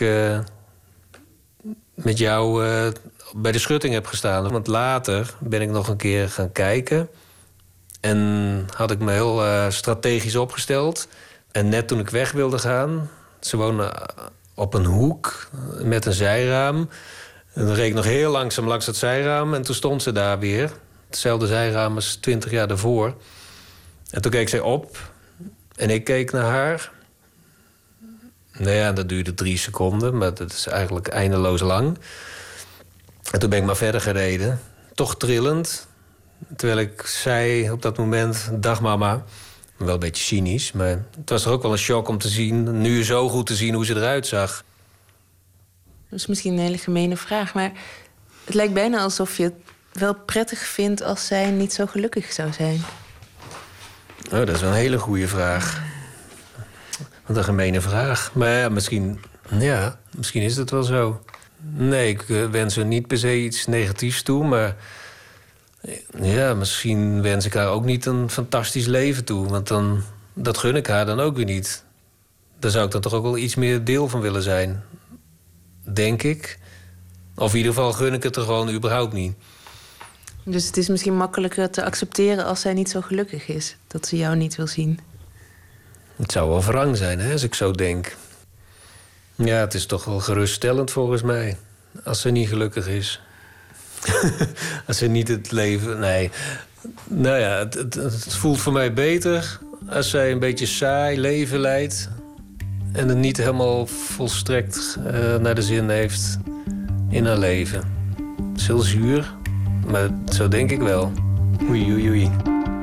met jou bij de schutting heb gestaan. Want later ben ik nog een keer gaan kijken. En had ik me heel strategisch opgesteld. En net toen ik weg wilde gaan... Ze wonen op een hoek met een zijraam. En dan reed ik nog heel langzaam langs het zijraam. En toen stond ze daar weer. Hetzelfde zijraam als 20 jaar daarvoor. En toen keek zij op. En ik keek naar haar. Nou ja, dat duurde 3 seconden. Maar dat is eigenlijk eindeloos lang. En toen ben ik maar verder gereden. Toch trillend. Terwijl ik zei op dat moment... Dag mama. Wel een beetje cynisch. Maar het was toch ook wel een shock om te zien... nu zo goed te zien hoe ze eruit zag. Dat is misschien een hele gemene vraag. Maar het lijkt bijna alsof je het wel prettig vindt... als zij niet zo gelukkig zou zijn. Oh, dat is wel een hele goede vraag. Wat een gemene vraag. Maar ja, misschien is het wel zo. Nee, ik wens er niet per se iets negatiefs toe, maar... Ja, misschien wens ik haar ook niet een fantastisch leven toe. Want dan, dat gun ik haar dan ook weer niet. Daar zou ik dan toch ook wel iets meer deel van willen zijn. Denk ik. Of in ieder geval gun ik het er gewoon überhaupt niet. Dus het is misschien makkelijker te accepteren als zij niet zo gelukkig is. Dat ze jou niet wil zien. Het zou wel wrang zijn, hè, als ik zo denk. Ja, het is toch wel geruststellend volgens mij. Als ze niet gelukkig is. Als ze niet het leven... Nee. Nou ja, het voelt voor mij beter... als zij een beetje saai leven leidt... en het niet helemaal volstrekt naar de zin heeft in haar leven. Het is heel zuur, maar zo denk ik wel. Oei, oei, oei.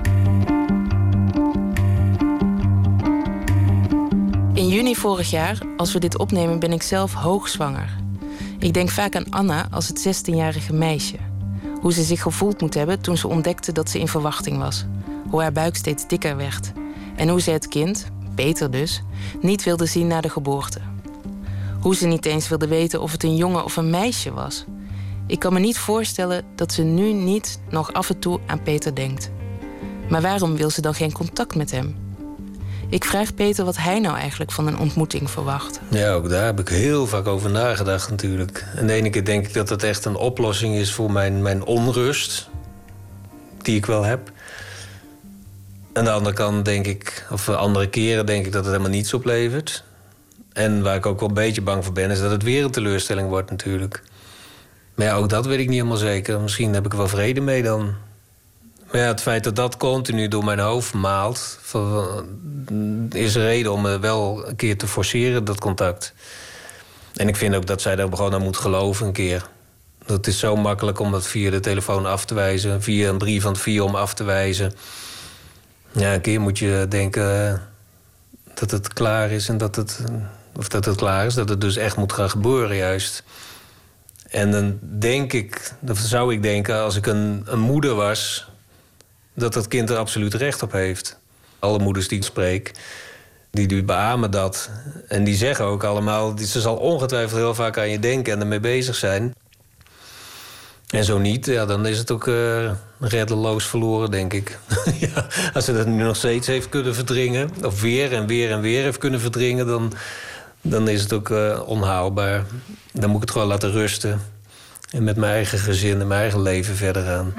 In juni vorig jaar, als we dit opnemen, ben ik zelf hoogzwanger. Ik denk vaak aan Anna als het 16-jarige meisje. Hoe ze zich gevoeld moet hebben toen ze ontdekte dat ze in verwachting was. Hoe haar buik steeds dikker werd. En hoe ze het kind, Peter dus, niet wilde zien na de geboorte. Hoe ze niet eens wilde weten of het een jongen of een meisje was. Ik kan me niet voorstellen dat ze nu niet nog af en toe aan Peter denkt. Maar waarom wil ze dan geen contact met hem? Ik vraag Peter wat hij nou eigenlijk van een ontmoeting verwacht. Ja, ook daar heb ik heel vaak over nagedacht natuurlijk. En de ene keer denk ik dat het echt een oplossing is voor mijn onrust. Die ik wel heb. Aan de andere kant denk ik, of andere keren denk ik dat het helemaal niets oplevert. En waar ik ook wel een beetje bang voor ben, is dat het weer een teleurstelling wordt natuurlijk. Maar ja, ook dat weet ik niet helemaal zeker. Misschien heb ik er wel vrede mee dan. Maar ja, het feit dat dat continu door mijn hoofd maalt, is reden om me wel een keer te forceren, dat contact. En ik vind ook dat zij daar gewoon aan moet geloven een keer. Het is zo makkelijk om dat via de telefoon af te wijzen, via een brief van het Viom af te wijzen. Ja, een keer moet je denken dat het klaar is en dat het dus echt moet gaan gebeuren juist. En dan denk ik, dat zou ik denken, als ik een moeder was, dat dat kind er absoluut recht op heeft. Alle moeders die ik spreek, die beamen dat. En die zeggen ook allemaal, ze zal ongetwijfeld heel vaak aan je denken en ermee bezig zijn. En zo niet, ja, dan is het ook reddeloos verloren, denk ik. Ja, als ze dat nu nog steeds heeft kunnen verdringen, of weer en weer en weer heeft kunnen verdringen, dan is het ook onhaalbaar. Dan moet ik het gewoon laten rusten. En met mijn eigen gezin en mijn eigen leven verder gaan.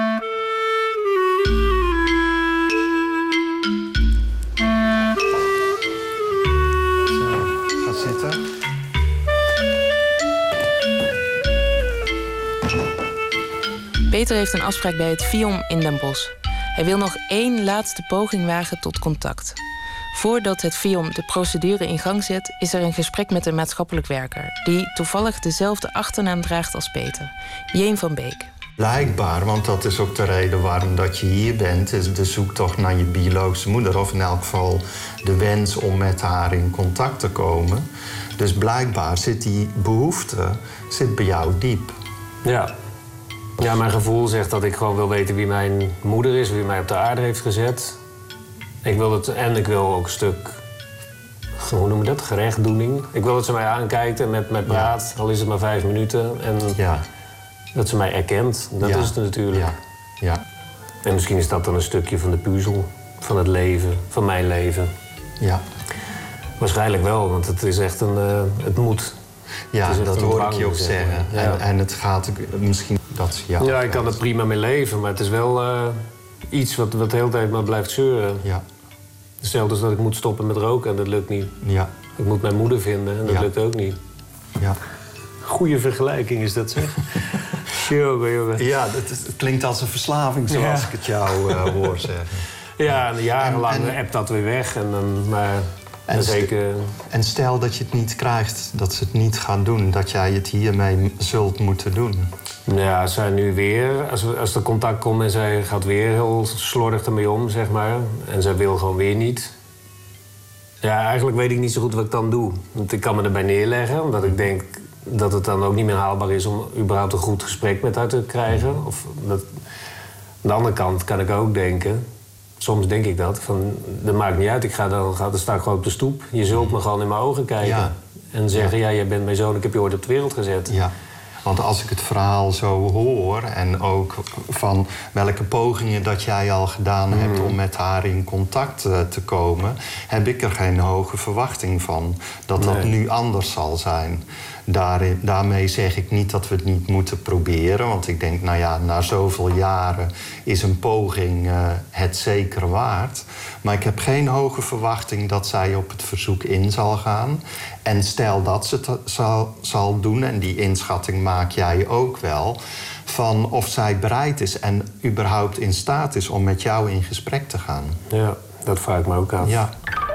Ga zitten. Peter heeft een afspraak bij het Viom in Den Bosch. Hij wil nog 1 laatste poging wagen tot contact. Voordat het Viom de procedure in gang zet, is er een gesprek met een maatschappelijk werker die toevallig dezelfde achternaam draagt als Peter, Jeen van Beek. Blijkbaar, want dat is ook de reden waarom dat je hier bent, is de zoektocht naar je biologische moeder, of in elk geval de wens om met haar in contact te komen. Dus blijkbaar zit die behoefte bij jou diep. Ja. Ja, mijn gevoel zegt dat ik gewoon wil weten wie mijn moeder is, wie mij op de aarde heeft gezet. Ik wil het, en ik wil ook een stuk, hoe noem je dat, gerechtdoening. Ik wil dat ze mij aankijkt en met mij praat, al is het maar 5 minuten. En dat ze mij erkent, dat is het natuurlijk. Ja. En misschien is dat dan een stukje van de puzzel, van het leven, van mijn leven. Ja. Waarschijnlijk wel, want het is echt het moet. Ja, dat hoor ik je ook zeggen. Ja. En het gaat misschien dat ze jou... Ja, ik kan er prima mee leven, maar het is wel iets wat de hele tijd maar blijft zeuren. Ja. Hetzelfde als dat ik moet stoppen met roken en dat lukt niet. Ja. Ik moet mijn moeder vinden en dat lukt ook niet. Ja. Goeie vergelijking is dat, zeg. Jongen. Ja, het klinkt als een verslaving zoals ik het jou hoor zeggen. Ja, en jarenlang appt dat weer weg. En stel dat je het niet krijgt, dat ze het niet gaan doen, dat jij het hiermee zult moeten doen. Ja, zij nu weer, als er contact komt en zij gaat weer heel slordig ermee om, zeg maar. En zij wil gewoon weer niet. Ja, eigenlijk weet ik niet zo goed wat ik dan doe. Want ik kan me erbij neerleggen, omdat ik denk dat het dan ook niet meer haalbaar is om überhaupt een goed gesprek met haar te krijgen. Of dat... Aan de andere kant kan ik ook denken, soms denk ik dat, dat maakt niet uit, dan sta ik gewoon op de stoep. Je zult me gewoon in mijn ogen kijken. Ja. En zeggen, ja, jij bent mijn zoon, ik heb je ooit op de wereld gezet. Ja. Want als ik het verhaal zo hoor en ook van welke pogingen dat jij al gedaan hebt om met haar in contact te komen, heb ik er geen hoge verwachting van dat dat nu anders zal zijn. Daarmee zeg ik niet dat we het niet moeten proberen, want ik denk, nou ja, na zoveel jaren is een poging het zeker waard. Maar ik heb geen hoge verwachting dat zij op het verzoek in zal gaan. En stel dat ze het zal doen, en die inschatting maak jij ook wel, van of zij bereid is en überhaupt in staat is om met jou in gesprek te gaan. Ja, dat vraag ik me ook af. Ja.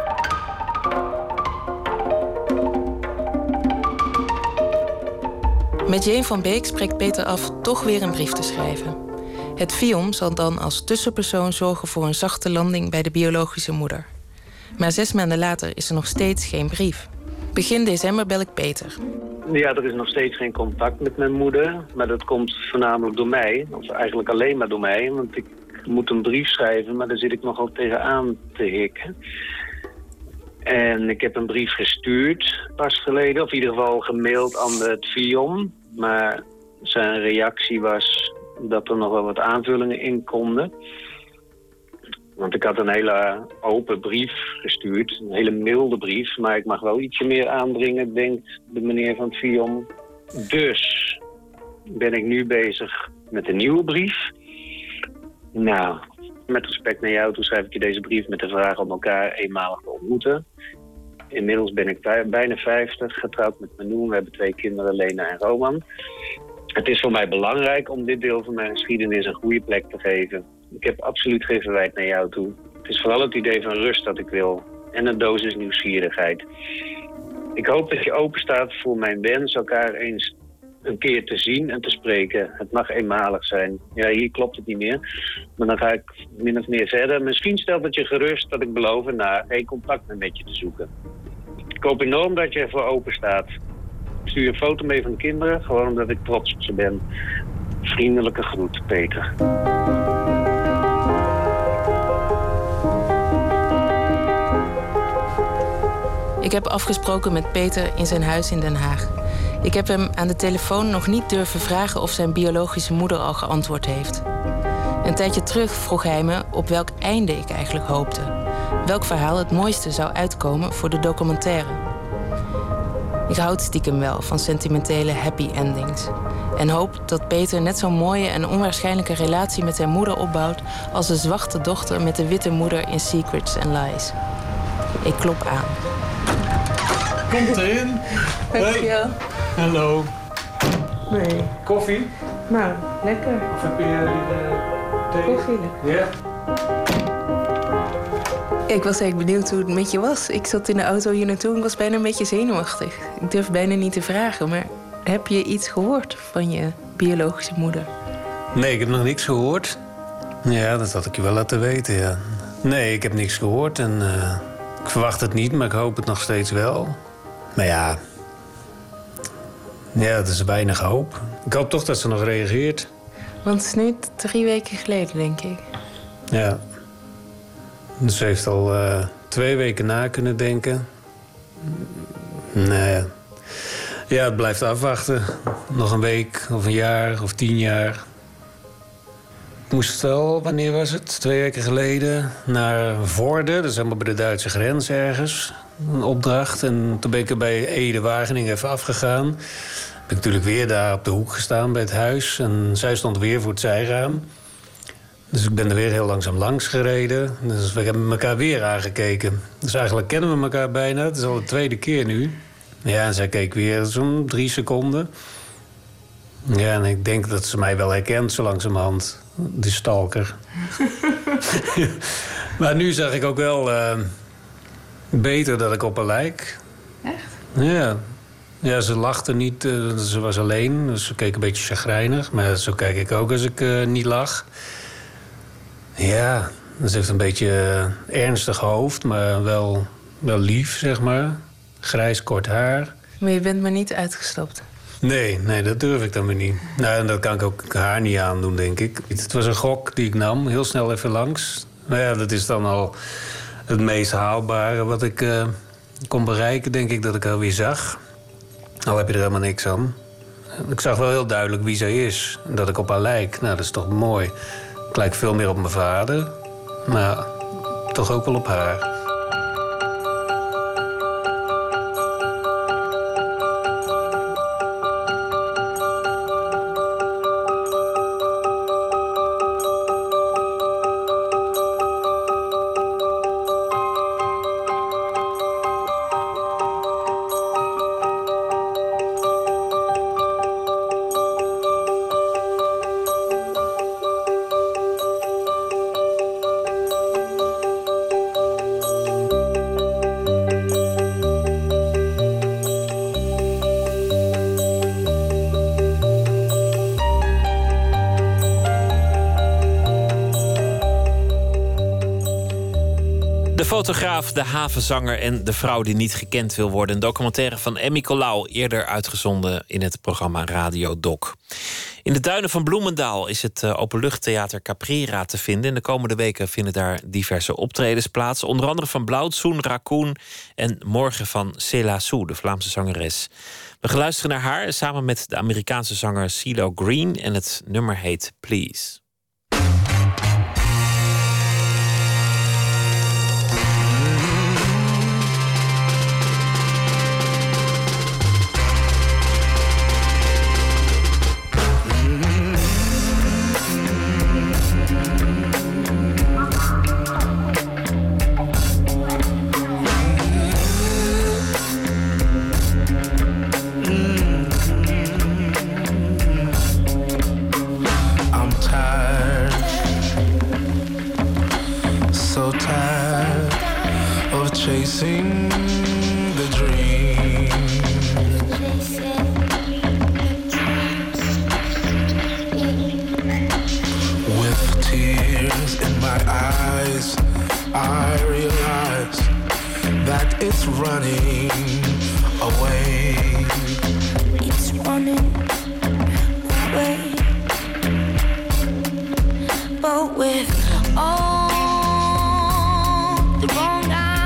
Met Jeen van Beek spreekt Peter af toch weer een brief te schrijven. Het Viom zal dan als tussenpersoon zorgen voor een zachte landing bij de biologische moeder. Maar 6 maanden later is er nog steeds geen brief. Begin december bel ik Peter. Ja, er is nog steeds geen contact met mijn moeder. Maar dat komt voornamelijk door mij. Of eigenlijk alleen maar door mij. Want ik moet een brief schrijven, maar daar zit ik nogal tegenaan te hikken. En ik heb een brief gestuurd pas geleden. Of in ieder geval gemaild aan het FIOM. Maar zijn reactie was dat er nog wel wat aanvullingen in konden. Want ik had een hele open brief gestuurd. Een hele milde brief. Maar ik mag wel ietsje meer aandringen, denkt de meneer van het FIOM. Dus ben ik nu bezig met een nieuwe brief. Nou, met respect naar jou, toen schrijf ik je deze brief met de vraag om elkaar eenmalig te ontmoeten. Inmiddels ben ik bijna 50, getrouwd met Manoen. We hebben 2 kinderen, Lena en Roman. Het is voor mij belangrijk om dit deel van mijn geschiedenis een goede plek te geven. Ik heb absoluut geen verwijt naar jou toe. Het is vooral het idee van rust dat ik wil. En een dosis nieuwsgierigheid. Ik hoop dat je open staat voor mijn wens elkaar eens een keer te zien en te spreken. Het mag eenmalig zijn. Ja, hier klopt het niet meer. Maar dan ga ik min of meer verder. Misschien stelt het je gerust dat ik beloof erna geen contact meer met je te zoeken. Ik hoop enorm dat je ervoor open staat. Ik stuur een foto mee van de kinderen, gewoon omdat ik trots op ze ben. Vriendelijke groet, Peter. Ik heb afgesproken met Peter in zijn huis in Den Haag. Ik heb hem aan de telefoon nog niet durven vragen of zijn biologische moeder al geantwoord heeft. Een tijdje terug vroeg hij me op welk einde ik eigenlijk hoopte. Welk verhaal het mooiste zou uitkomen voor de documentaire. Ik houd stiekem wel van sentimentele happy endings. En hoop dat Peter net zo'n mooie en onwaarschijnlijke relatie met zijn moeder opbouwt als de zwarte dochter met de witte moeder in Secrets and Lies. Ik klop aan. Komt erin. Dankjewel. Hallo. Nee. Koffie? Nou, lekker. Of heb je thee? Koffie. Ja. Ik was eigenlijk benieuwd hoe het met je was. Ik zat in de auto hier naartoe en was bijna een beetje zenuwachtig. Ik durf bijna niet te vragen, maar heb je iets gehoord van je biologische moeder? Nee, ik heb nog niks gehoord. Ja, dat had ik je wel laten weten, ja. Nee, ik heb niks gehoord en ik verwacht het niet, maar ik hoop het nog steeds wel. Maar ja, het is weinig hoop. Ik hoop toch dat ze nog reageert. Want het is nu 3 weken geleden, denk ik. Ja. Dus ze heeft al 2 weken na kunnen denken. Nee. Ja, het blijft afwachten. Nog een week of een jaar of 10 jaar. Ik moest al, wanneer was het? 2 weken geleden, naar Vorden. Dat is helemaal bij de Duitse grens ergens. Een opdracht. En toen ben ik er bij Ede-Wageningen even afgegaan. Ben ik natuurlijk weer daar op de hoek gestaan bij het huis. En zij stond weer voor het zijraam. Dus ik ben er weer heel langzaam langs gereden. Dus we hebben elkaar weer aangekeken. Dus eigenlijk kennen we elkaar bijna. Het is al de 2e keer nu. Ja, en zij keek weer zo'n 3 seconden. Ja, en ik denk dat ze mij wel herkent zo langzamerhand. Die stalker. Maar nu zag ik ook wel beter dat ik op haar lijk. Echt? Ja. Ja, ze lachte niet. Ze was alleen, dus ze keek een beetje chagrijnig. Maar zo kijk ik ook als ik niet lach. Ja, ze heeft een beetje ernstig hoofd, maar wel lief, zeg maar. Grijs kort haar. Maar je bent maar niet uitgestapt. Nee, dat durf ik dan weer niet. Nou, en dat kan ik ook haar niet aandoen, denk ik. Het was een gok die ik nam, heel snel even langs. Nou ja, dat is dan al het meest haalbare wat ik kon bereiken, denk ik, dat ik alweer zag. Al heb je er helemaal niks aan. Ik zag wel heel duidelijk wie zij is. En dat ik op haar lijk. Nou, dat is toch mooi. Ik lijk veel meer op mijn vader. Maar toch ook wel op haar. fotograaf, de havenzanger en de vrouw die niet gekend wil worden. Een documentaire van Emmy Colau, eerder uitgezonden in het programma Radio Doc. In de duinen van Bloemendaal is het openluchttheater Caprera te vinden. In de komende weken vinden daar diverse optredens plaats. Onder andere van Blauwtsoen, Raccoon en morgen van Céla Sou, de Vlaamse zangeres. We gaan luisteren naar haar samen met de Amerikaanse zanger CeeLo Green. En het nummer heet Please. Chasing the dream, with tears in my eyes, I realize that it's running away. It's running away, but with all the wrong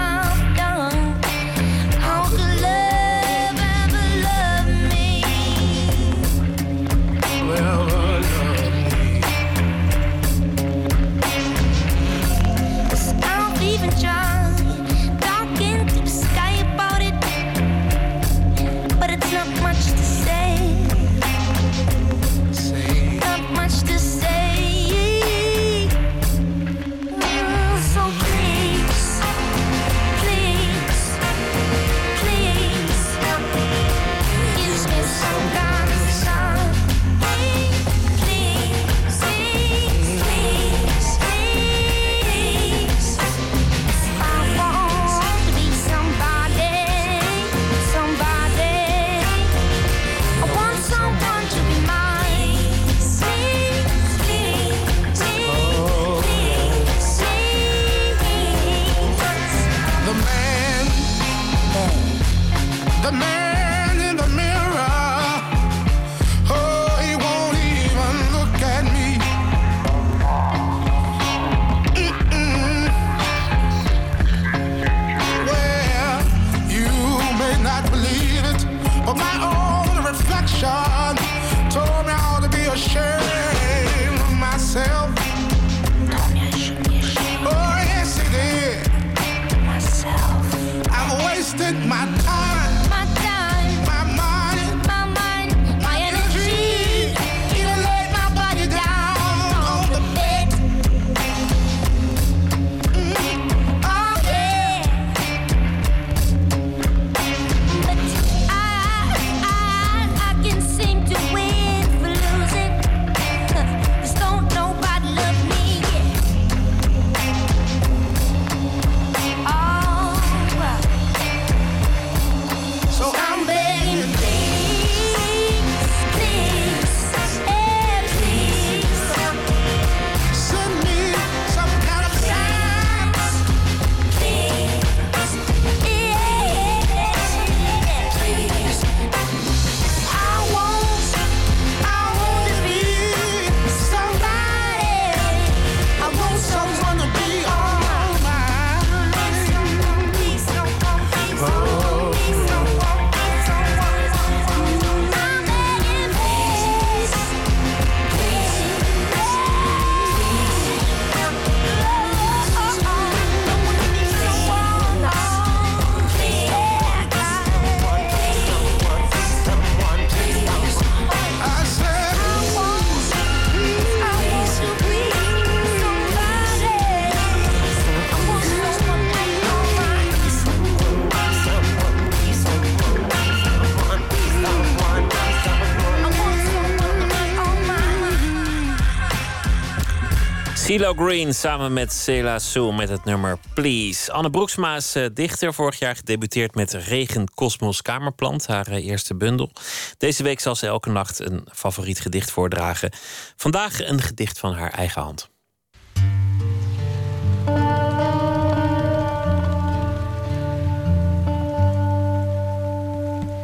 CeeLo Green samen met Céla Sou met het nummer Please. Anne Broeksma is dichter. Vorig jaar gedebuteerd met Regen Kosmos Kamerplant, haar eerste bundel. Deze week zal ze elke nacht een favoriet gedicht voordragen. Vandaag een gedicht van haar eigen hand.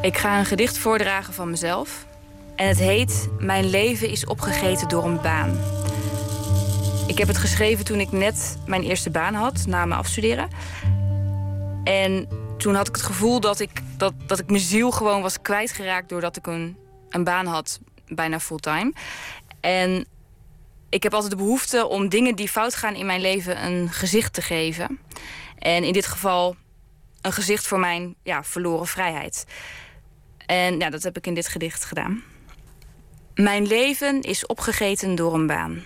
Ik ga een gedicht voordragen van mezelf. En het heet Mijn leven is opgegeten door een baan. Ik heb het geschreven toen ik net mijn eerste baan had, na mijn afstuderen. En toen had ik het gevoel dat ik mijn ziel gewoon was kwijtgeraakt doordat ik een baan had, bijna fulltime. En ik heb altijd de behoefte om dingen die fout gaan in mijn leven een gezicht te geven. En in dit geval een gezicht voor mijn verloren vrijheid. En dat heb ik in dit gedicht gedaan. Mijn leven is opgegeten door een baan.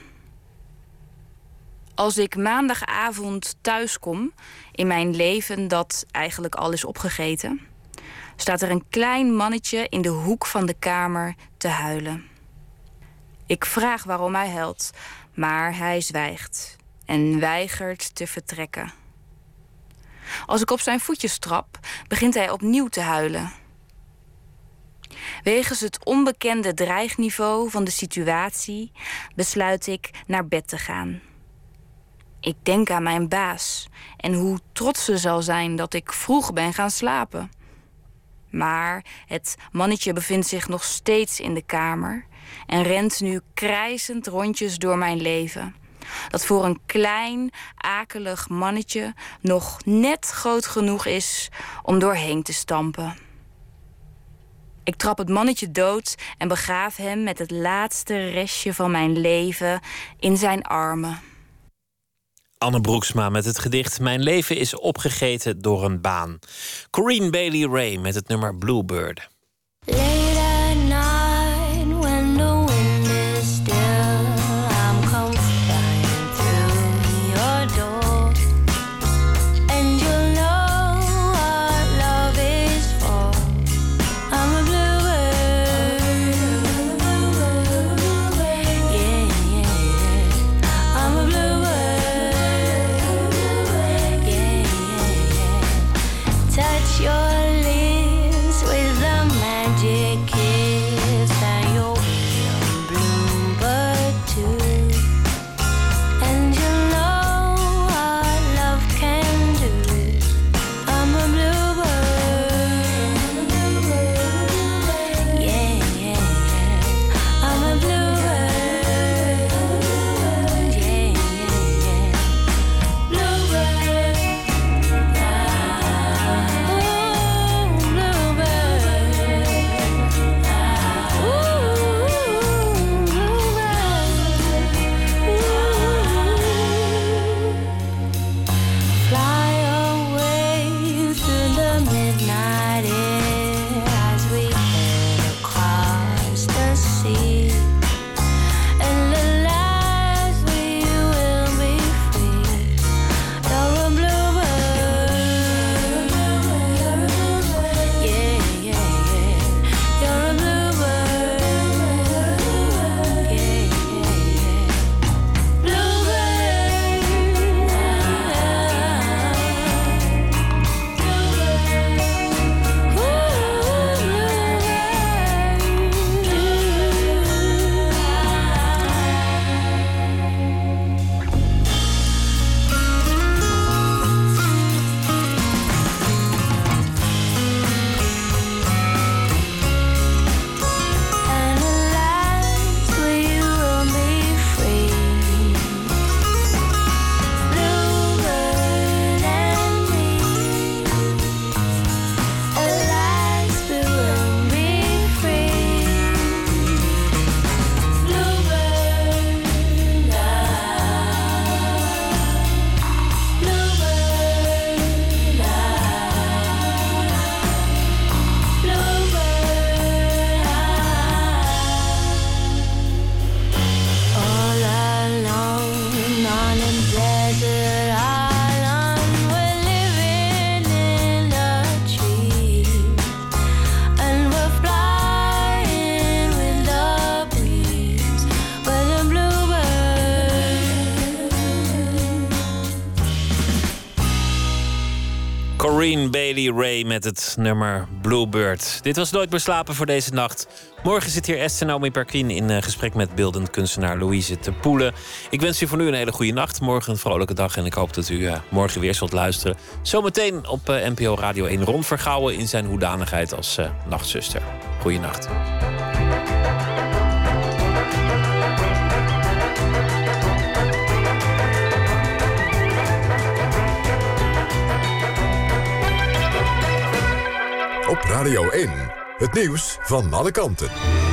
Als ik maandagavond thuis kom in mijn leven dat eigenlijk al is opgegeten, staat er een klein mannetje in de hoek van de kamer te huilen. Ik vraag waarom hij huilt, maar hij zwijgt en weigert te vertrekken. Als ik op zijn voetjes trap, begint hij opnieuw te huilen. Wegens het onbekende dreigniveau van de situatie besluit ik naar bed te gaan. Ik denk aan mijn baas en hoe trots ze zal zijn dat ik vroeg ben gaan slapen. Maar het mannetje bevindt zich nog steeds in de kamer en rent nu krijzend rondjes door mijn leven. Dat voor een klein, akelig mannetje nog net groot genoeg is om doorheen te stampen. Ik trap het mannetje dood en begraaf hem met het laatste restje van mijn leven in zijn armen. Anne Broeksma met het gedicht Mijn leven is opgegeten door een baan. Corinne Bailey Rae met het nummer Bluebird. Late at night when the wind is still, I'm confined through your door. And you know what love is for. I'm a bluebird. Yeah, yeah, yeah. I'm a bluebird. Yeah, yeah, yeah. Touch your lips with the magic Corinne Bailey Rae met het nummer Bluebird. Dit was Nooit meer slapen voor deze nacht. Morgen zit hier Esther Naomi Perquin in gesprek met beeldend kunstenaar Louise te Poelen. Ik wens u voor nu een hele goede nacht. Morgen een vrolijke dag en ik hoop dat u morgen weer zult luisteren. Zometeen op NPO Radio 1 Ron Vergouwen in zijn hoedanigheid als nachtzuster. Goeienacht. Op Radio 1, het nieuws van alle kanten.